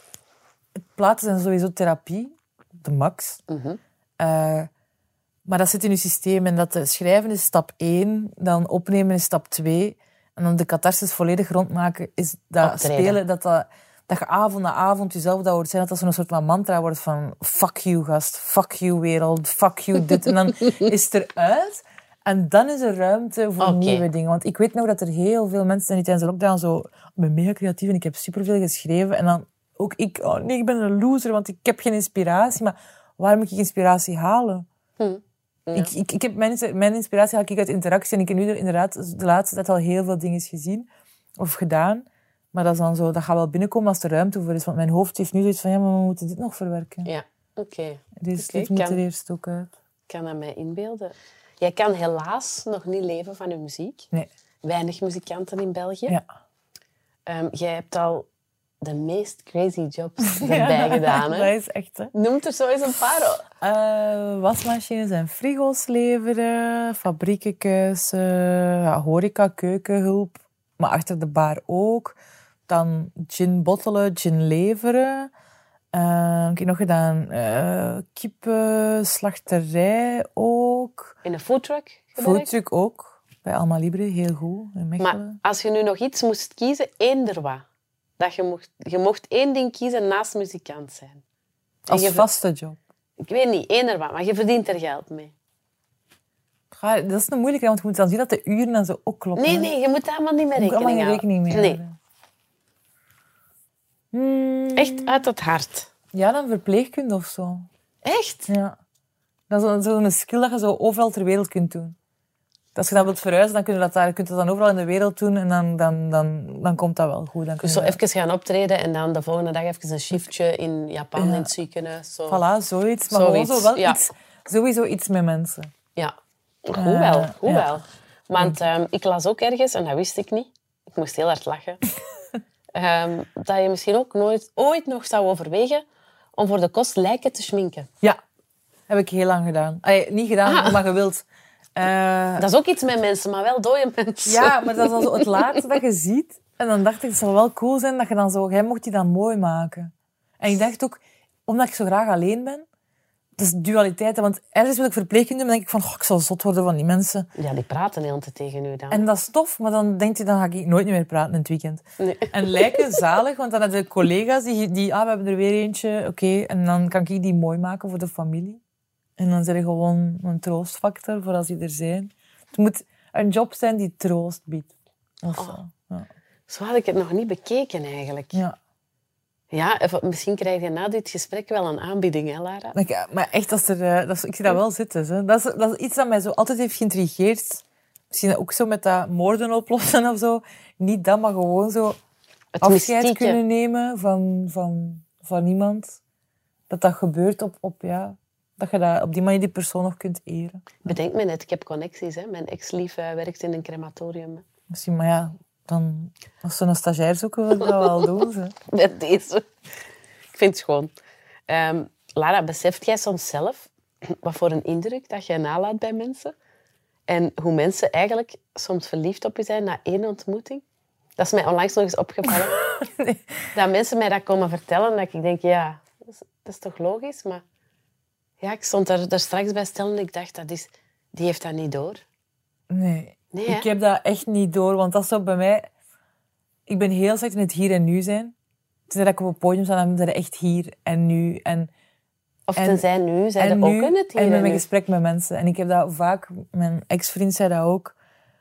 Platen zijn sowieso therapie, de max. Mm-hmm. Uh, maar dat zit in je systeem en dat schrijven is stap één, dan opnemen is stap twee... En dan de catharsis volledig rondmaken is dat Optreden. spelen, dat, dat, dat je avond na avond jezelf dat hoort zijn, dat dat zo'n soort van mantra wordt van fuck you gast, fuck you wereld, fuck you dit. En dan is het eruit en dan is er ruimte voor okay. nieuwe dingen. Want ik weet nog dat er heel veel mensen zijn die tijdens de lockdown zo, ik ben mega creatief en ik heb superveel geschreven. En dan ook ik, oh nee, ik ben een loser, want ik heb geen inspiratie. Maar waar moet ik inspiratie halen? Hm. Ja. Ik, ik, ik heb mijn, mijn inspiratie haal ik uit interactie. En ik heb nu inderdaad de laatste tijd al heel veel dingen gezien of gedaan. Maar dat, is dan zo, dat gaat wel binnenkomen als er ruimte voor is. Want mijn hoofd heeft nu zoiets van, ja, maar we moeten dit nog verwerken. Ja, oké. Okay. Dus okay, dit moet kan, er eerst ook uit. Ik kan dat mij inbeelden. Jij kan helaas nog niet leven van je muziek. Nee. Weinig muzikanten in België. Ja. Um, jij hebt al de meest crazy jobs erbij ja, gedaan. Hè? Dat is echt, hè. Noem er zo eens een paar. Uh, wasmachines en frigo's leveren, fabriekjes, uh, ja, horeca, keukenhulp, maar achter de bar ook. Dan gin bottelen, gin leveren. Uh, ik heb nog gedaan uh, kippen, slachterij ook. In een foodtruck gewerkt? Foodtruck ook, bij Alma Libre, heel goed, in Mechelen. Maar als je nu nog iets moest kiezen, eender wat. Dat je mocht, je mocht één ding kiezen naast muzikant zijn. Als je, vaste job? Ik weet niet, eender wat, maar je verdient er geld mee. Ja, dat is een moeilijke, want je moet dan zien dat de uren en zo ook kloppen. Nee, nee, je moet daar allemaal niet mee rekening houden. rekening mee nee. houden. Hmm. Echt uit het hart. Ja, dan verpleegkunde of zo. Echt? Ja. Dat is zo'n skill dat je zo overal ter wereld kunt doen. Als je dat wilt verhuizen, dan kun je dat, daar, kun je dat dan overal in de wereld doen en dan, dan, dan, dan komt dat wel goed. Dan dus zo dat... even gaan optreden en dan de volgende dag even een shiftje in Japan ja. in het ziekenhuis. Zo. Voilà, zoiets. Maar zoiets. Gewoon zo wel ja. iets, sowieso iets met mensen. Ja, goed uh, wel. Goed ja. wel. Want um, ik las ook ergens, en dat wist ik niet, ik moest heel hard lachen, um, dat je misschien ook nooit ooit nog zou overwegen om voor de kost lijken te schminken. Ja, heb ik heel lang gedaan. Allee, niet gedaan, ah. maar gewild. Uh, dat is ook iets met mensen, maar wel dode mensen. Ja, maar dat is al zo het laatste dat je ziet. En dan dacht ik, het zou wel cool zijn dat je dan zo... Jij mocht die dan mooi maken. En ik dacht ook, omdat ik zo graag alleen ben... Dat is dualiteit. Want ergens wil ik verpleegkundige, dan denk ik van... Oh, ik zal zot worden van die mensen. Ja, die praten heel te tegen u dan. En dat is tof, maar dan denk je, dan ga ik nooit meer praten in het weekend. Nee. En lijken zalig, want dan hebben de collega's die... die ah, we hebben er weer eentje, oké. Okay, en dan kan ik die mooi maken voor de familie. En dan zijn er gewoon een troostfactor voor als die er zijn. Het moet een job zijn die troost biedt. Of oh, zo. Ja. Zo had ik het nog niet bekeken eigenlijk. Ja. Ja, misschien krijg je na dit gesprek wel een aanbieding, hè, Lara? Ja, maar echt, als er, dat is, ik zie dat wel zitten. Hè. Dat, is, dat is iets dat mij zo altijd heeft geïntrigeerd. Misschien ook zo met dat moorden oplossen of zo. Niet dat, maar gewoon zo het afscheid mystieke. Kunnen nemen van, van, van iemand. Dat dat gebeurt op... op ja, dat je dat op die manier die persoon nog kunt eren. Bedenk me net, ik heb connecties. Hè. Mijn ex-lief uh, werkt in een crematorium. Misschien, maar ja, dan, als ze een stagiair zoeken, wil ik dat wel doen. Ze. Met deze. Ik vind het schoon. Um, Lara, beseft jij soms zelf wat voor een indruk dat jij nalaat bij mensen? En hoe mensen eigenlijk soms verliefd op je zijn na één ontmoeting? Dat is mij onlangs nog eens opgevallen. Nee. Dat mensen mij dat komen vertellen, dat ik denk, ja, dat is, dat is toch logisch, maar... Ja, ik stond daar, daar straks bij stil en ik dacht, dat is, die heeft dat niet door. Nee, nee ik heb dat echt niet door. Want dat is zo bij mij... Ik ben heel slecht in het hier en nu zijn. Tenzij dat ik op het podium sta, dan ben ik echt hier en nu. En, of tenzij en, nu, zijn er ook in het hier en en met mijn nu. gesprek met mensen. En ik heb dat vaak... Mijn ex-vriend zei dat ook.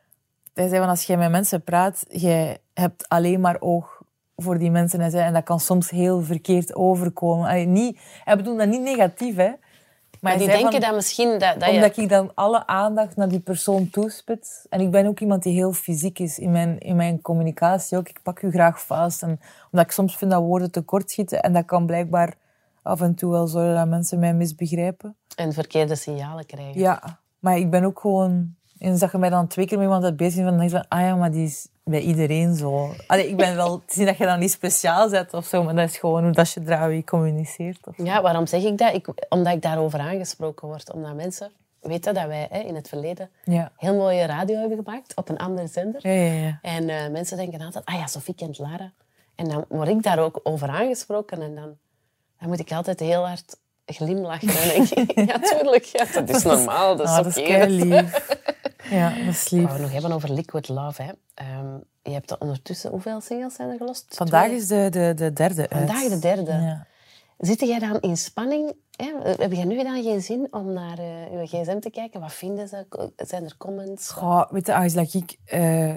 Hij zei van, als jij met mensen praat, jij hebt alleen maar oog voor die mensen. En, zei, en dat kan soms heel verkeerd overkomen. Allee, niet, hij bedoelt dat niet negatief, hè. Maar die denken van, dat misschien... Dat, dat omdat je... ik dan alle aandacht naar die persoon toespit. En ik ben ook iemand die heel fysiek is in mijn, in mijn communicatie ook. Ik pak u graag vast. En omdat ik soms vind dat woorden tekort schieten. En dat kan blijkbaar af en toe wel zorgen dat mensen mij misbegrijpen. En verkeerde signalen krijgen. Ja, maar ik ben ook gewoon... En zag je mij dan twee keer met iemand uit bezig zijn, dan denk je van, ah ja, maar die is bij iedereen zo. Allee, ik ben wel te zien dat je dat niet speciaal zet of zo, maar dat is gewoon hoe dat je draai communiceert. Of ja, waarom zeg ik dat? Ik, omdat ik daarover aangesproken word. Omdat mensen weten dat wij hè, in het verleden ja. heel mooie radio hebben gemaakt op een andere zender. Ja, ja, ja. En uh, mensen denken altijd, ah ja, Sophie kent Lara. En dan word ik daar ook over aangesproken en dan, dan moet ik altijd heel hard glimlachen. En denk ik, ja, tuurlijk, ja, dat is normaal, dat is ah, oké. Dat is kei lief. Ja, dat is lief. Wat we nog hebben over Liquid Love, hè. Um, je hebt ondertussen, hoeveel singles zijn er gelost? Vandaag Twee? is de, de, de derde uit. Vandaag de derde. Ja. Zit jij dan in spanning? Hè? Heb je nu dan geen zin om naar uh, je gsm te kijken? Wat vinden ze? Zijn er comments? Goh, weet je, als ik uh,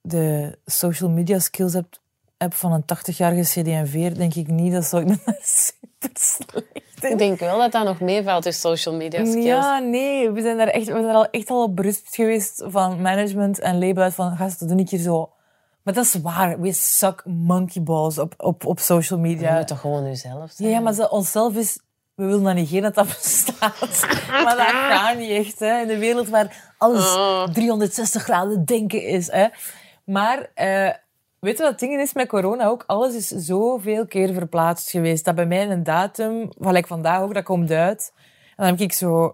de social media skills heb, heb van een tachtigjarige C D en V'er, denk ik niet, dat zou ik dan super slecht. Ik denk wel dat dat nog meevalt, dus social media skills. Ja, nee. We zijn daar echt, we zijn er al echt al op berust geweest van management en label uit van, gast, dat doe ik hier zo. Maar dat is waar. We suck monkey balls op, op, op social media. Je moet toch gewoon jezelf zijn? Ja, maar ze, onszelf is... We willen dan negeren dat dat bestaat. Maar dat gaat niet echt, hè. In de wereld waar alles driehonderdzestig graden denken is, hè. Maar... Uh, weet je wat het ding is met corona ook? Alles is zoveel keer verplaatst geweest. Dat bij mij een datum, gelijk vandaag ook, dat komt uit. En dan heb ik zo...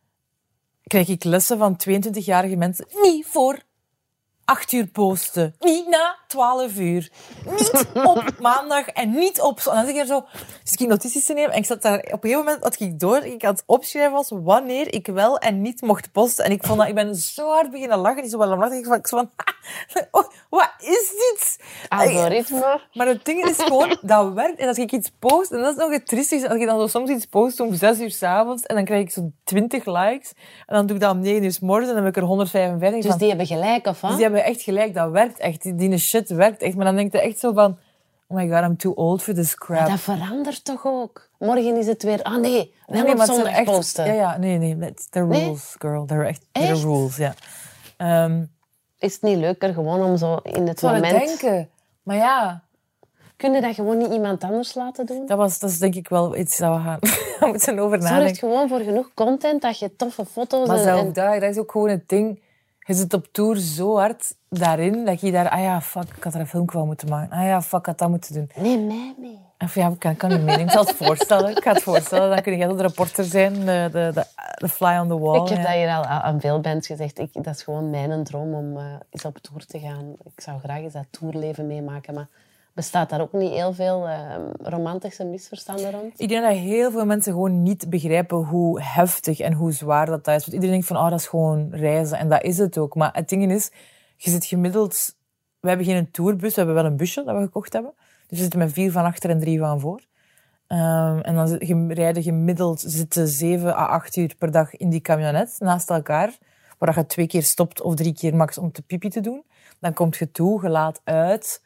Krijg ik lessen van tweeëntwintigjarige mensen. Niet voor acht uur posten. Niet na twaalf uur. Niet op maandag en niet op... En dan zit ik er zo... Dus ik notities te nemen. En ik zat daar... Op een gegeven moment had ik door. Ik had opschrijven was wanneer ik wel en niet mocht posten. En ik vond dat... Ik ben zo hard beginnen lachen. Die zo wel lachen. Ik van... Ik zo van oh, wat is dit? Algoritme. Maar het ding is gewoon... Dat werkt. En als ik iets post... En dat is nog het triestigste. Als ik dan zo soms iets post om zes uur 's avonds. En dan krijg ik zo twintig likes. En dan doe ik dat om negen uur 's morgens. En dan heb ik er honderdvijfenveertig. Dus van, die hebben gelijk, of wat? Dus die hebben echt gelijk, dat werkt echt. Die, die shit werkt echt. Maar dan denk je echt zo van... Oh my god, I'm too old for this crap. Maar dat verandert toch ook? Morgen is het weer... Ah nee, wel nee, op zondag echt, posten. Ja, ja, nee, nee. That's the rules, nee? girl. They're echt, they're echt? rules, ja. Um, Is het niet leuker gewoon om zo in het zou moment... Zou denken. Maar ja... Kun je dat gewoon niet iemand anders laten doen? Dat, was, dat is denk ik wel iets dat we gaan we moeten over nadenken. Zorg gewoon voor genoeg content, dat je toffe foto's... Maar zelf en... dat, dat is ook gewoon het ding. Je zit op tour zo hard daarin, dat je daar... Ah ja, fuck, ik had er een filmpje van moeten maken. Ah ja, fuck, ik had dat moeten doen. Neem mij mee. Of ja, ik kan, kan niet meenemen. Ik zal het voorstellen. Ik ga het voorstellen. Dan kun jij de reporter zijn, de, de, de, de fly on the wall. Ik heb ja. dat hier al aan veel bands gezegd. Ik, dat is gewoon mijn droom om uh, eens op tour te gaan. Ik zou graag eens dat tourleven meemaken, maar... Bestaat daar ook niet heel veel uh, romantische misverstanden rond? Ik denk dat heel veel mensen gewoon niet begrijpen hoe heftig en hoe zwaar dat, dat is. Want iedereen denkt van, oh, dat is gewoon reizen. En dat is het ook. Maar het ding is, je zit gemiddeld... We hebben geen tourbus, we hebben wel een busje dat we gekocht hebben. Dus we zitten met vier van achter en drie van voor. Um, en dan rijden gemiddeld zitten zeven à acht uur per dag in die camionet naast elkaar. Waar je twee keer stopt of drie keer max om te pipi te doen. Dan komt je toe, je laat uit...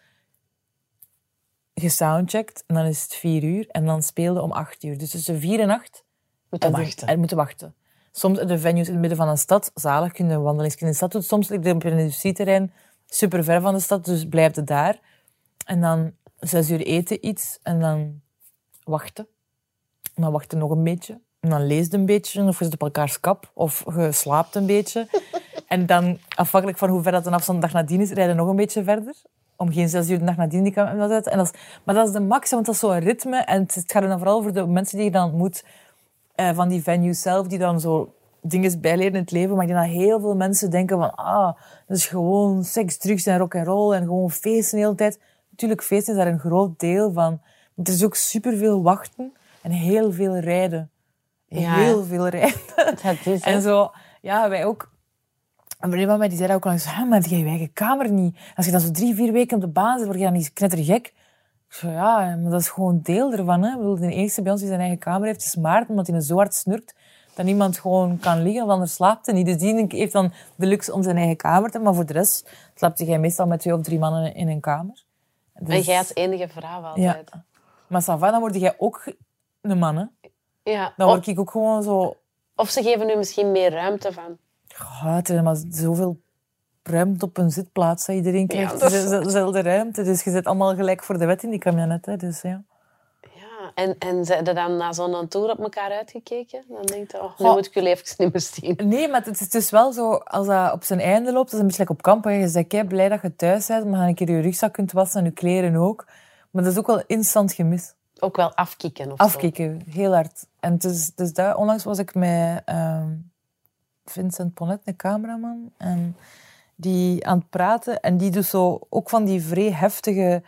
gesoundcheckt en dan is het vier uur en dan speelde om acht uur. Dus tussen vier en acht moeten wachten. En moeten wachten. Soms in de venues in het midden van een stad, zalig, kun je een wandeling in de stad doen. Soms ligt er op een industrieterrein, super ver van de stad, dus blijf je daar. En dan zes uur eten iets en dan wachten. En dan wachten nog een beetje. En dan lees je een beetje, of je zit op elkaars kap, of je slaapt een beetje. En dan, afhankelijk van hoe ver dat een afstand de dag nadien is, rijden nog een beetje verder. Om geen zes uur de dag nadien die kan dat uit. En dat is, maar dat is de max, want dat is zo'n ritme. En het gaat dan vooral voor de mensen die je dan ontmoet uh, van die venues zelf, die dan zo dingen bijleren in het leven. Maar ik denk dat heel veel mensen denken van, ah, dat is gewoon seks, drugs en rock'n'roll en gewoon feesten de hele tijd. Natuurlijk, feesten is daar een groot deel van. Het is ook superveel wachten en heel veel rijden. Ja, heel veel rijden. Dat is en zo, ja, wij ook. En een van mij die zei ook al eens, ah, maar heb jij je eigen kamer niet? Als je dan zo drie, vier weken op de baan zit, word je dan niet knettergek? Ik zei, ja, maar dat is gewoon deel ervan. Hè. Ik bedoel, de enige bij ons die zijn eigen kamer heeft, is Maarten, omdat hij zo hard snurkt dat niemand gewoon kan liggen, want anders slaapt hij niet. Dus die heeft dan de luxe om zijn eigen kamer te hebben, maar voor de rest slaapt hij meestal met twee of drie mannen in een kamer. Dus... En jij als enige vrouw altijd. Ja. Maar Sava, dan word jij ook een man, hè? Ja. Dan word ik ook gewoon zo... Of ze geven nu misschien meer ruimte van... Ja, het is maar zoveel ruimte op een zitplaats. Hè. Iedereen krijgt ja, is... dezelfde ruimte. Dus je zit allemaal gelijk voor de wet in die camionet. Hè. Dus, ja. Ja, en, en zijn er dan na zo'n tour op elkaar uitgekeken? Dan denk je, oh, nu oh. moet ik jullie even niet meer zien. Nee, maar het is dus wel zo, als dat op zijn einde loopt, dat is een beetje like op kamp. Hè. Je zegt, kei blij dat je thuis bent, maar je een keer je rugzak kunt wassen en je kleren ook. Maar dat is ook wel instant gemis. Ook wel afkicken of Afkicken, zo. heel hard. En dus, dus daar, onlangs was ik met... Um, Vincent Ponnet, een cameraman, en die aan het praten. En die doet zo ook van die vrij heftige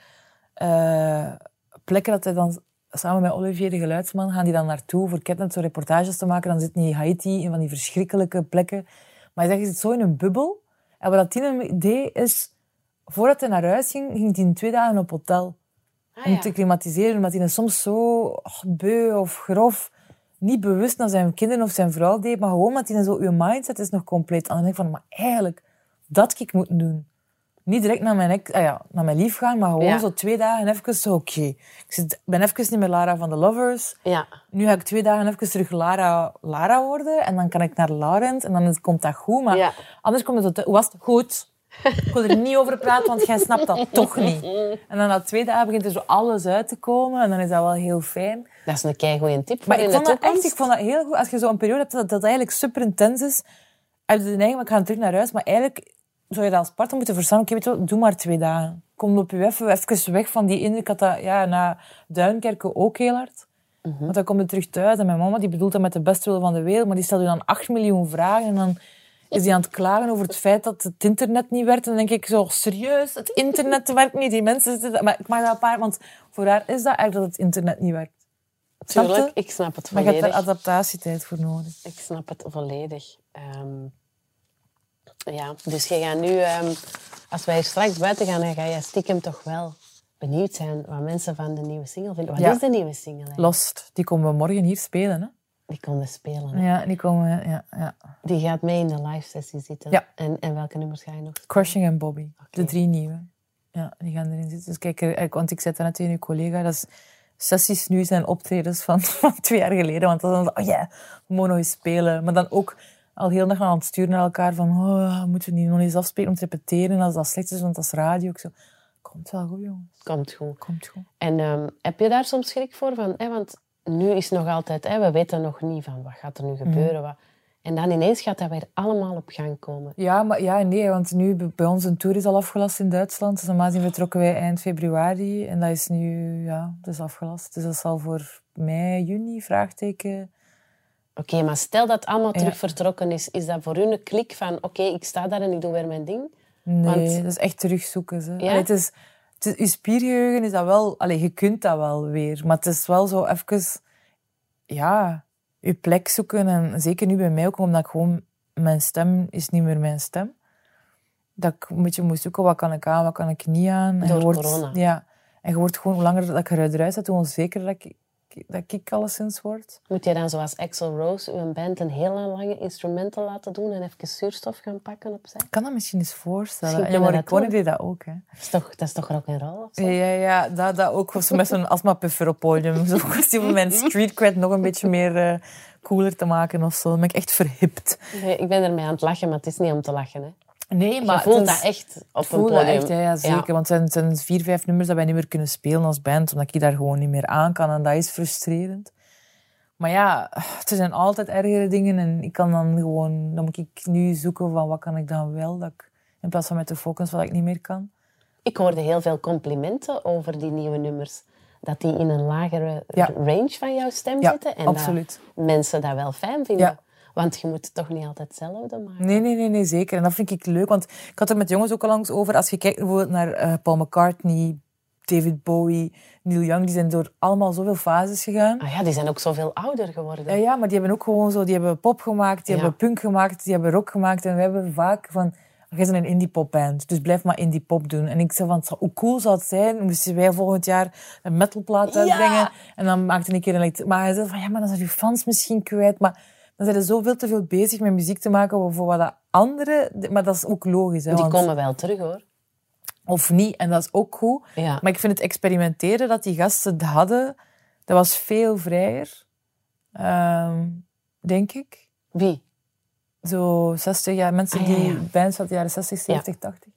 uh, plekken dat hij dan samen met Olivier, de geluidsman, gaan die dan naartoe voor Ketnet zo reportages te maken. Dan zit hij in Haiti, in van die verschrikkelijke plekken. Maar hij zegt, je zit zo in een bubbel. En wat dat hij deed, is... Voordat hij naar huis ging, ging hij in twee dagen op hotel. Ah, om ja. te klimatiseren, omdat hij soms zo oh, beu of grof... niet bewust naar zijn kinderen of zijn vrouw deed, maar gewoon omdat hij zo, je mindset is nog compleet. En dan denk ik van, maar eigenlijk, dat ik moeten doen. Niet direct naar mijn, ex, ah ja, naar mijn lief gaan, maar gewoon ja. zo twee dagen even zo, oké. Okay. Ik ben even niet meer Lara van de Lovers. Ja. Nu ga ik twee dagen even terug Lara, Lara worden en dan kan ik naar Laurent en dan komt dat goed. Maar ja. anders komt het... Hoe was het? Goed. Ik wil er niet over praten, want jij snapt dat toch niet. En dan na twee dagen begint er zo alles uit te komen en dan is dat wel heel fijn. Dat is een keigoeie tip voor maar in ik de vond dat toekomst. echt, ik vond dat heel goed. Als je zo'n periode hebt dat dat eigenlijk super intens is, heb je de neiging, ik ga terug naar huis, maar eigenlijk zou je dat als partner moeten verstaan. Oké, weet je wat, doe maar twee dagen. Kom op je even, even weg van die indruk. Ik had dat ja, na Duinkerke ook heel hard. Mm-hmm. Want dan kom je terug thuis en mijn mama die bedoelt dat met de beste wil van de wereld, maar die stelt je dan acht miljoen vragen en dan is die aan het klagen over het feit dat het internet niet werkt. En dan denk ik zo, serieus, het internet werkt niet. Die mensen zitten... Maar ik mag dat een paar... Want voor haar is dat eigenlijk dat het internet niet werkt. Tuurlijk, ik snap het volledig. Maar je hebt er adaptatietijd voor nodig. Ik snap het volledig. Um, ja, dus je gaat nu... Um, als wij straks buiten gaan, dan ga je stiekem toch wel benieuwd zijn wat mensen van de nieuwe single vinden. Wat ja. is de nieuwe single eigenlijk? Lost. Die komen we morgen hier spelen, hè? Die konden spelen. Hè? Ja, die komen... Ja, ja. Die gaat mee in de live sessie zitten. Ja. En, en welke nummers ga je nog spelen? Crushing en Bobby. Okay. De drie nieuwe. Ja, die gaan erin zitten. Dus kijk, want ik zei net tegen uw collega, dat is sessies nu zijn optredens van, van twee jaar geleden. Want dan was oh ja, yeah, we mogen nog eens spelen. Maar dan ook al heel dag aan het sturen naar elkaar van oh, moeten we niet nog eens afspreken om te repeteren als dat slecht is, want dat is radio. Ik zo, komt wel goed, jongens. Komt goed. Komt goed. En um, heb je daar soms schrik voor? Van, hè, want nu is nog altijd, hè, we weten nog niet van wat gaat er nu gebeuren. Mm. Wat... En dan ineens gaat dat weer allemaal op gang komen. Ja, maar ja, nee, want nu bij ons een tour is al afgelast in Duitsland. Dus normaal gezien vertrokken wij eind februari en dat is nu, ja, dat is afgelast. Dus dat zal voor mei, juni, vraagteken. Oké, okay, maar stel dat het allemaal ja. terug vertrokken is, is dat voor u een klik van oké, okay, ik sta daar en ik doe weer mijn ding? Nee, want... dat is echt terugzoeken. Hè. Ja? Allee, het is, het is, je spiergeheugen is dat wel... Allee, je kunt dat wel weer, maar het is wel zo even... Ja, je plek zoeken. En zeker nu bij mij ook, omdat ik gewoon... Mijn stem is niet meer mijn stem. Dat ik een beetje moet zoeken, wat kan ik aan, wat kan ik niet aan. Door en je wordt, corona. Ja, en je wordt gewoon, hoe langer dat ik eruit zet, hoe onzeker dat ik... dat ik alleszins word. Moet jij dan zoals Axl Rose uw band een hele lange instrumental laten doen en even zuurstof gaan pakken opzij? Ik kan dat misschien eens voorstellen. Misschien en Morricone deed dat ook. Hè. Dat is toch, dat is toch rock'n'roll? Ja, ja, ja, dat, dat ook. Was met zo'n astmapuffer op podium. Zo kwestie om mijn street cred nog een beetje meer uh, cooler te maken of zo. Dan ben ik echt verhipt. Nee, ik ben ermee aan het lachen, maar het is niet om te lachen. Hè. Nee, maar je voelt is, dat echt op voel een podium. Dat echt, ja, ja, zeker. Ja. Want het zijn, het zijn vier, vijf nummers dat wij niet meer kunnen spelen als band, omdat ik daar gewoon niet meer aan kan. En dat is frustrerend. Maar ja, er zijn altijd ergere dingen en ik kan dan gewoon... Dan moet ik nu zoeken van wat kan ik dan wel, dat ik, in plaats van met te focussen wat ik niet meer kan. Ik hoorde heel veel complimenten over die nieuwe nummers. Dat die in een lagere ja. range van jouw stem ja, zitten. En absoluut. dat mensen dat wel fijn vinden. Ja. Want je moet het toch niet altijd hetzelfde maken. Nee, nee, nee, nee, zeker. En dat vind ik leuk. Want ik had er met jongens ook al langs over. Als je kijkt bijvoorbeeld naar uh, Paul McCartney, David Bowie, Neil Young. Die zijn door allemaal zoveel fases gegaan. Ah ja, die zijn ook zoveel ouder geworden. Ja, ja, maar die hebben ook gewoon zo... Die hebben pop gemaakt, die ja. hebben punk gemaakt, die hebben rock gemaakt. En we hebben vaak van... Jij bent een indie popband, dus blijf maar indie pop doen. En ik zei van, hoe cool zou het zijn moesten wij volgend jaar een metalplaat uitbrengen. Ja. En dan maakte een keer een... Maar hij zei van, ja, maar dan zijn je fans misschien kwijt. Maar dan zijn ze zoveel te veel bezig met muziek te maken voor wat dat anderen... Maar dat is ook logisch. Hè, die want... komen wel terug, hoor. Of niet, en dat is ook goed. Ja. Maar ik vind het experimenteren dat die gasten hadden, dat was veel vrijer. Um, denk ik. Wie? Zo zestig jaar, mensen ah, ja, ja. die bands uit de jaren zestig, zeventig, ja. tachtig.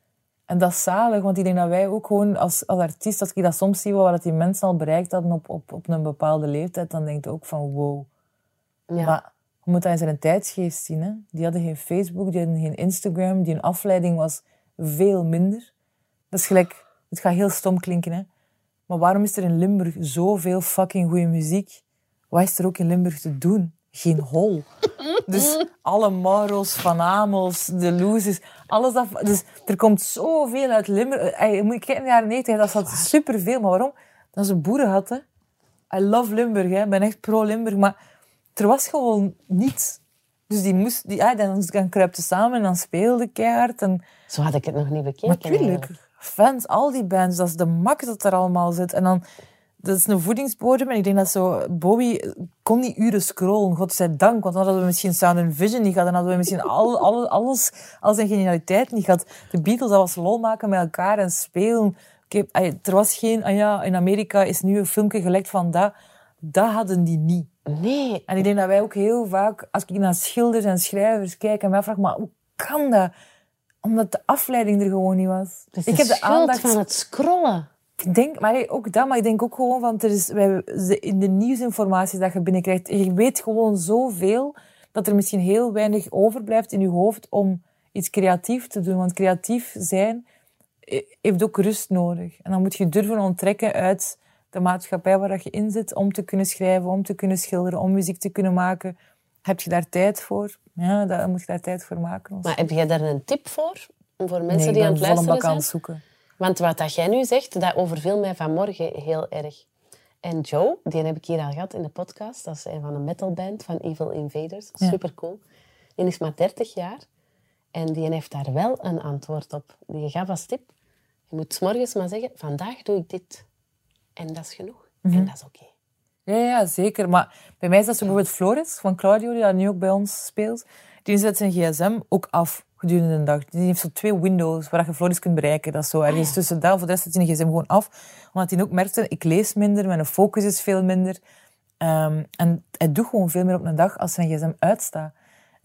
En dat is zalig, want ik denk dat wij ook gewoon als, als artiest, als ik dat soms zie, wat die mensen al bereikt hadden op, op, op een bepaalde leeftijd, dan denk ik ook van wow. Ja. Maar je moet dat in zijn tijdsgeest zien. Hè? Die hadden geen Facebook, die hadden geen Instagram, die een afleiding was veel minder. Dat is gelijk, het gaat heel stom klinken, hè. Maar waarom is er in Limburg zoveel fucking goede muziek? Wat is er ook in Limburg te doen? Geen hol. Dus alle Maro's, Van Amels, de Losers, alles dat... Dus er komt zoveel uit Limburg. Je moet kijken in de jaren negentig, dat zat superveel. Maar waarom? Dat ze boeren hadden. I love Limburg, hè. Ik ben echt pro-Limburg. Maar er was gewoon niets. Dus die moest... Die, ja, dan, dan kruipte samen en dan speelde keihard. En... Zo had ik het nog niet bekeken. Natuurlijk. Fans, al die bands, dat is de mak dat er allemaal zit. En dan... Dat is een voedingsbodem en ik denk dat zo... Bowie kon niet uren scrollen, godzijdank. Want dan hadden we misschien Sound and Vision niet gehad. Dan hadden we misschien al, al, alles, al zijn genialiteit niet gehad. De Beatles, dat was lol maken met elkaar en spelen. Okay, er was geen... Ah ja, in Amerika is nu een filmpje gelekt van dat. Dat hadden die niet. Nee. En ik denk dat wij ook heel vaak... Als ik naar schilders en schrijvers kijk en mij vraag... Maar hoe kan dat? Omdat de afleiding er gewoon niet was. Dus ik heb de aandacht van het scrollen. Ik denk, maar ook dat, maar ik denk ook gewoon van, er is, wij, in de nieuwsinformatie dat je binnenkrijgt, je weet gewoon zoveel dat er misschien heel weinig overblijft in je hoofd om iets creatief te doen. Want creatief zijn heeft ook rust nodig. En dan moet je durven onttrekken uit de maatschappij waar je in zit om te kunnen schrijven, om te kunnen schilderen, om muziek te kunnen maken. Heb je daar tijd voor? Ja, daar moet je daar tijd voor maken. Maar heb jij daar een tip voor? Voor mensen nee, die aan het luisteren zijn? aan het zoeken. Want wat dat jij nu zegt, dat overviel mij vanmorgen heel erg. En Joe, die heb ik hier al gehad in de podcast. Dat is een van een metalband van Evil Invaders. Ja. Supercool. Die is maar dertig jaar. En die heeft daar wel een antwoord op. Die gaf als tip. Je moet 's morgens maar zeggen, vandaag doe ik dit. En dat is genoeg. Mm-hmm. En dat is oké. Okay. Ja, ja, zeker. Maar bij mij is dat zo bijvoorbeeld Floris van Claudio, die dat nu ook bij ons speelt. Die zet zijn gsm ook af gedurende de dag. Die heeft zo twee windows waar je Floris kunt bereiken. Dat is zo ergens ah, ja. tussen dat. Voor de rest zet hij een gsm gewoon af. Omdat hij ook merkte, ik lees minder, mijn focus is veel minder. Um, en hij doet gewoon veel meer op een dag als zijn gsm uitstaat. En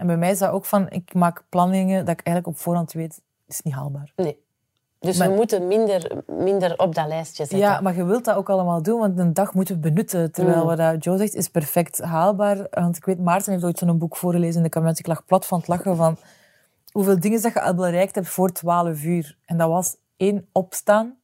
En bij mij is dat ook van, ik maak planningen dat ik eigenlijk op voorhand weet, is niet haalbaar. Nee. Dus maar, we moeten minder, minder op dat lijstje zetten. Ja, maar je wilt dat ook allemaal doen, want een dag moeten we benutten. Terwijl mm. wat dat Joe zegt, is perfect haalbaar. Want ik weet, Maarten heeft ooit zo'n boek voorgelezen in de kabinet. Ik lag plat van het lachen van hoeveel dingen dat je al bereikt hebt voor twaalf uur. En dat was één, opstaan,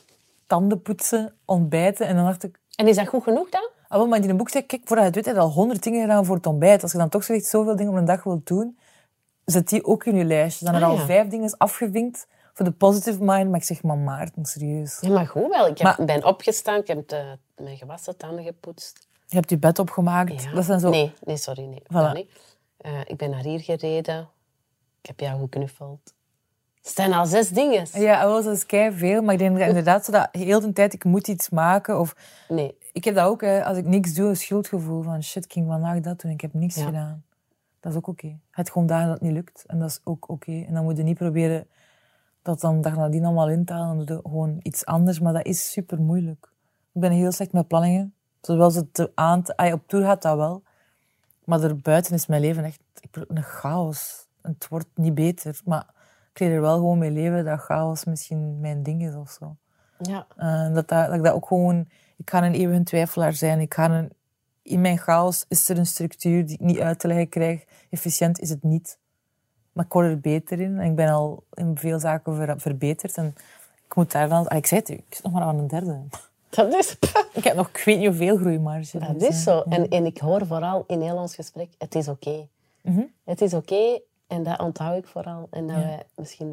tanden poetsen, ontbijten. En dan dacht ik... En is dat goed genoeg dan? Ah, wel, maar in een boek zei ik, kijk, voordat je het weet, heb je al honderd dingen gedaan voor het ontbijt. Als je dan toch zegt zoveel dingen op een dag wilt doen, zet die ook in je lijstje. Dan heb je ah, al ja. vijf dingen afgevinkt voor de positive mind. Maar ik zeg, maar Maarten, serieus. Ja, maar goed wel. Ik heb, maar, ben opgestaan, ik heb de, mijn gewassen tanden gepoetst. Je hebt je bed opgemaakt. Ja. Dat zijn zo... Nee, nee, sorry, nee. Voilà. niet. Uh, ik ben naar hier gereden. Ik heb jou geknuffeld. Het zijn al zes dingen. Ja, wel, dat is keiveel. Maar ik denk dat inderdaad zo dat heel de tijd, ik moet iets maken. Of... Nee. Ik heb dat ook, hè, als ik niks doe, een schuldgevoel van shit, ik ging vandaag dat doen, ik heb niks ja. gedaan. Dat is ook oké. Okay. Het gewoon dagen dat het niet lukt. En dat is ook oké. Okay. En dan moet je niet proberen dat dan dag nadien allemaal in te halen. Dan doe je gewoon iets anders. Maar dat is super moeilijk. Ik ben heel slecht met planningen. Zoals het te aan te... Ay, op tour gaat dat wel. Maar daarbuiten is mijn leven echt een chaos. En het wordt niet beter. Maar ik leer er wel gewoon mee leven dat chaos misschien mijn ding is of zo. Ja. Uh, dat, dat, dat ik dat ook gewoon... Ik ga een eeuwige twijfelaar zijn. Ik ga een... In mijn chaos is er een structuur die ik niet uit te leggen krijg. Efficiënt is het niet. Maar ik word er beter in. En ik ben al in veel zaken ver, verbeterd. En ik moet daar dan... Ah, ik zei het u, ik zit nog maar aan een derde. Dat is... Ik heb nog, ik weet niet hoeveel groeimarge. Dat dus, is zo. Ja. En, en ik hoor vooral in heel ons gesprek, het is oké. Okay. Mm-hmm. Het is oké okay, en dat onthoud ik vooral. En dat ja. wij misschien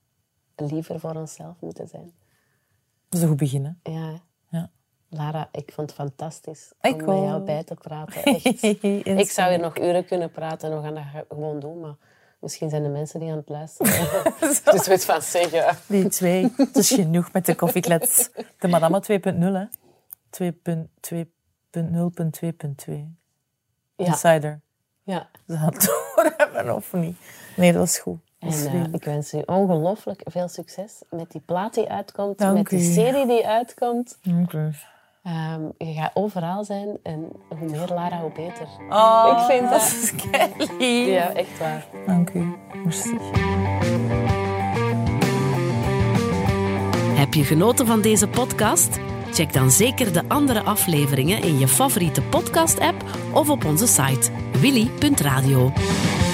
wat liever voor onszelf moeten zijn. Dat is een goed begin, hè? Ja. Ja. Lara, ik vond het fantastisch ik om wel. met jou bij te praten. Echt. Ik zou hier nog uren kunnen praten en we gaan dat gewoon doen, maar misschien zijn er mensen die aan het luisteren. Dus zoiets van zeggen. Die twee, het is genoeg met de koffieklets. De Madame twee punt nul, hè? twee punt nul punt twee punt twee. Ja. Insider. Ja. Ze gaan het doorhebben of niet. Nee, dat is goed. Dat is en uh, ik wens u ongelooflijk veel succes met die plaat die uitkomt, Dank met die u. serie die uitkomt. Dank u. Um, je gaat overal zijn en hoe meer Lara, hoe beter. Oh, ik vind dat dat... is lief. Ja, echt waar. Dank u. Merci. Heb je genoten van deze podcast? Check dan zeker de andere afleveringen in je favoriete podcast-app of op onze site willy punt radio.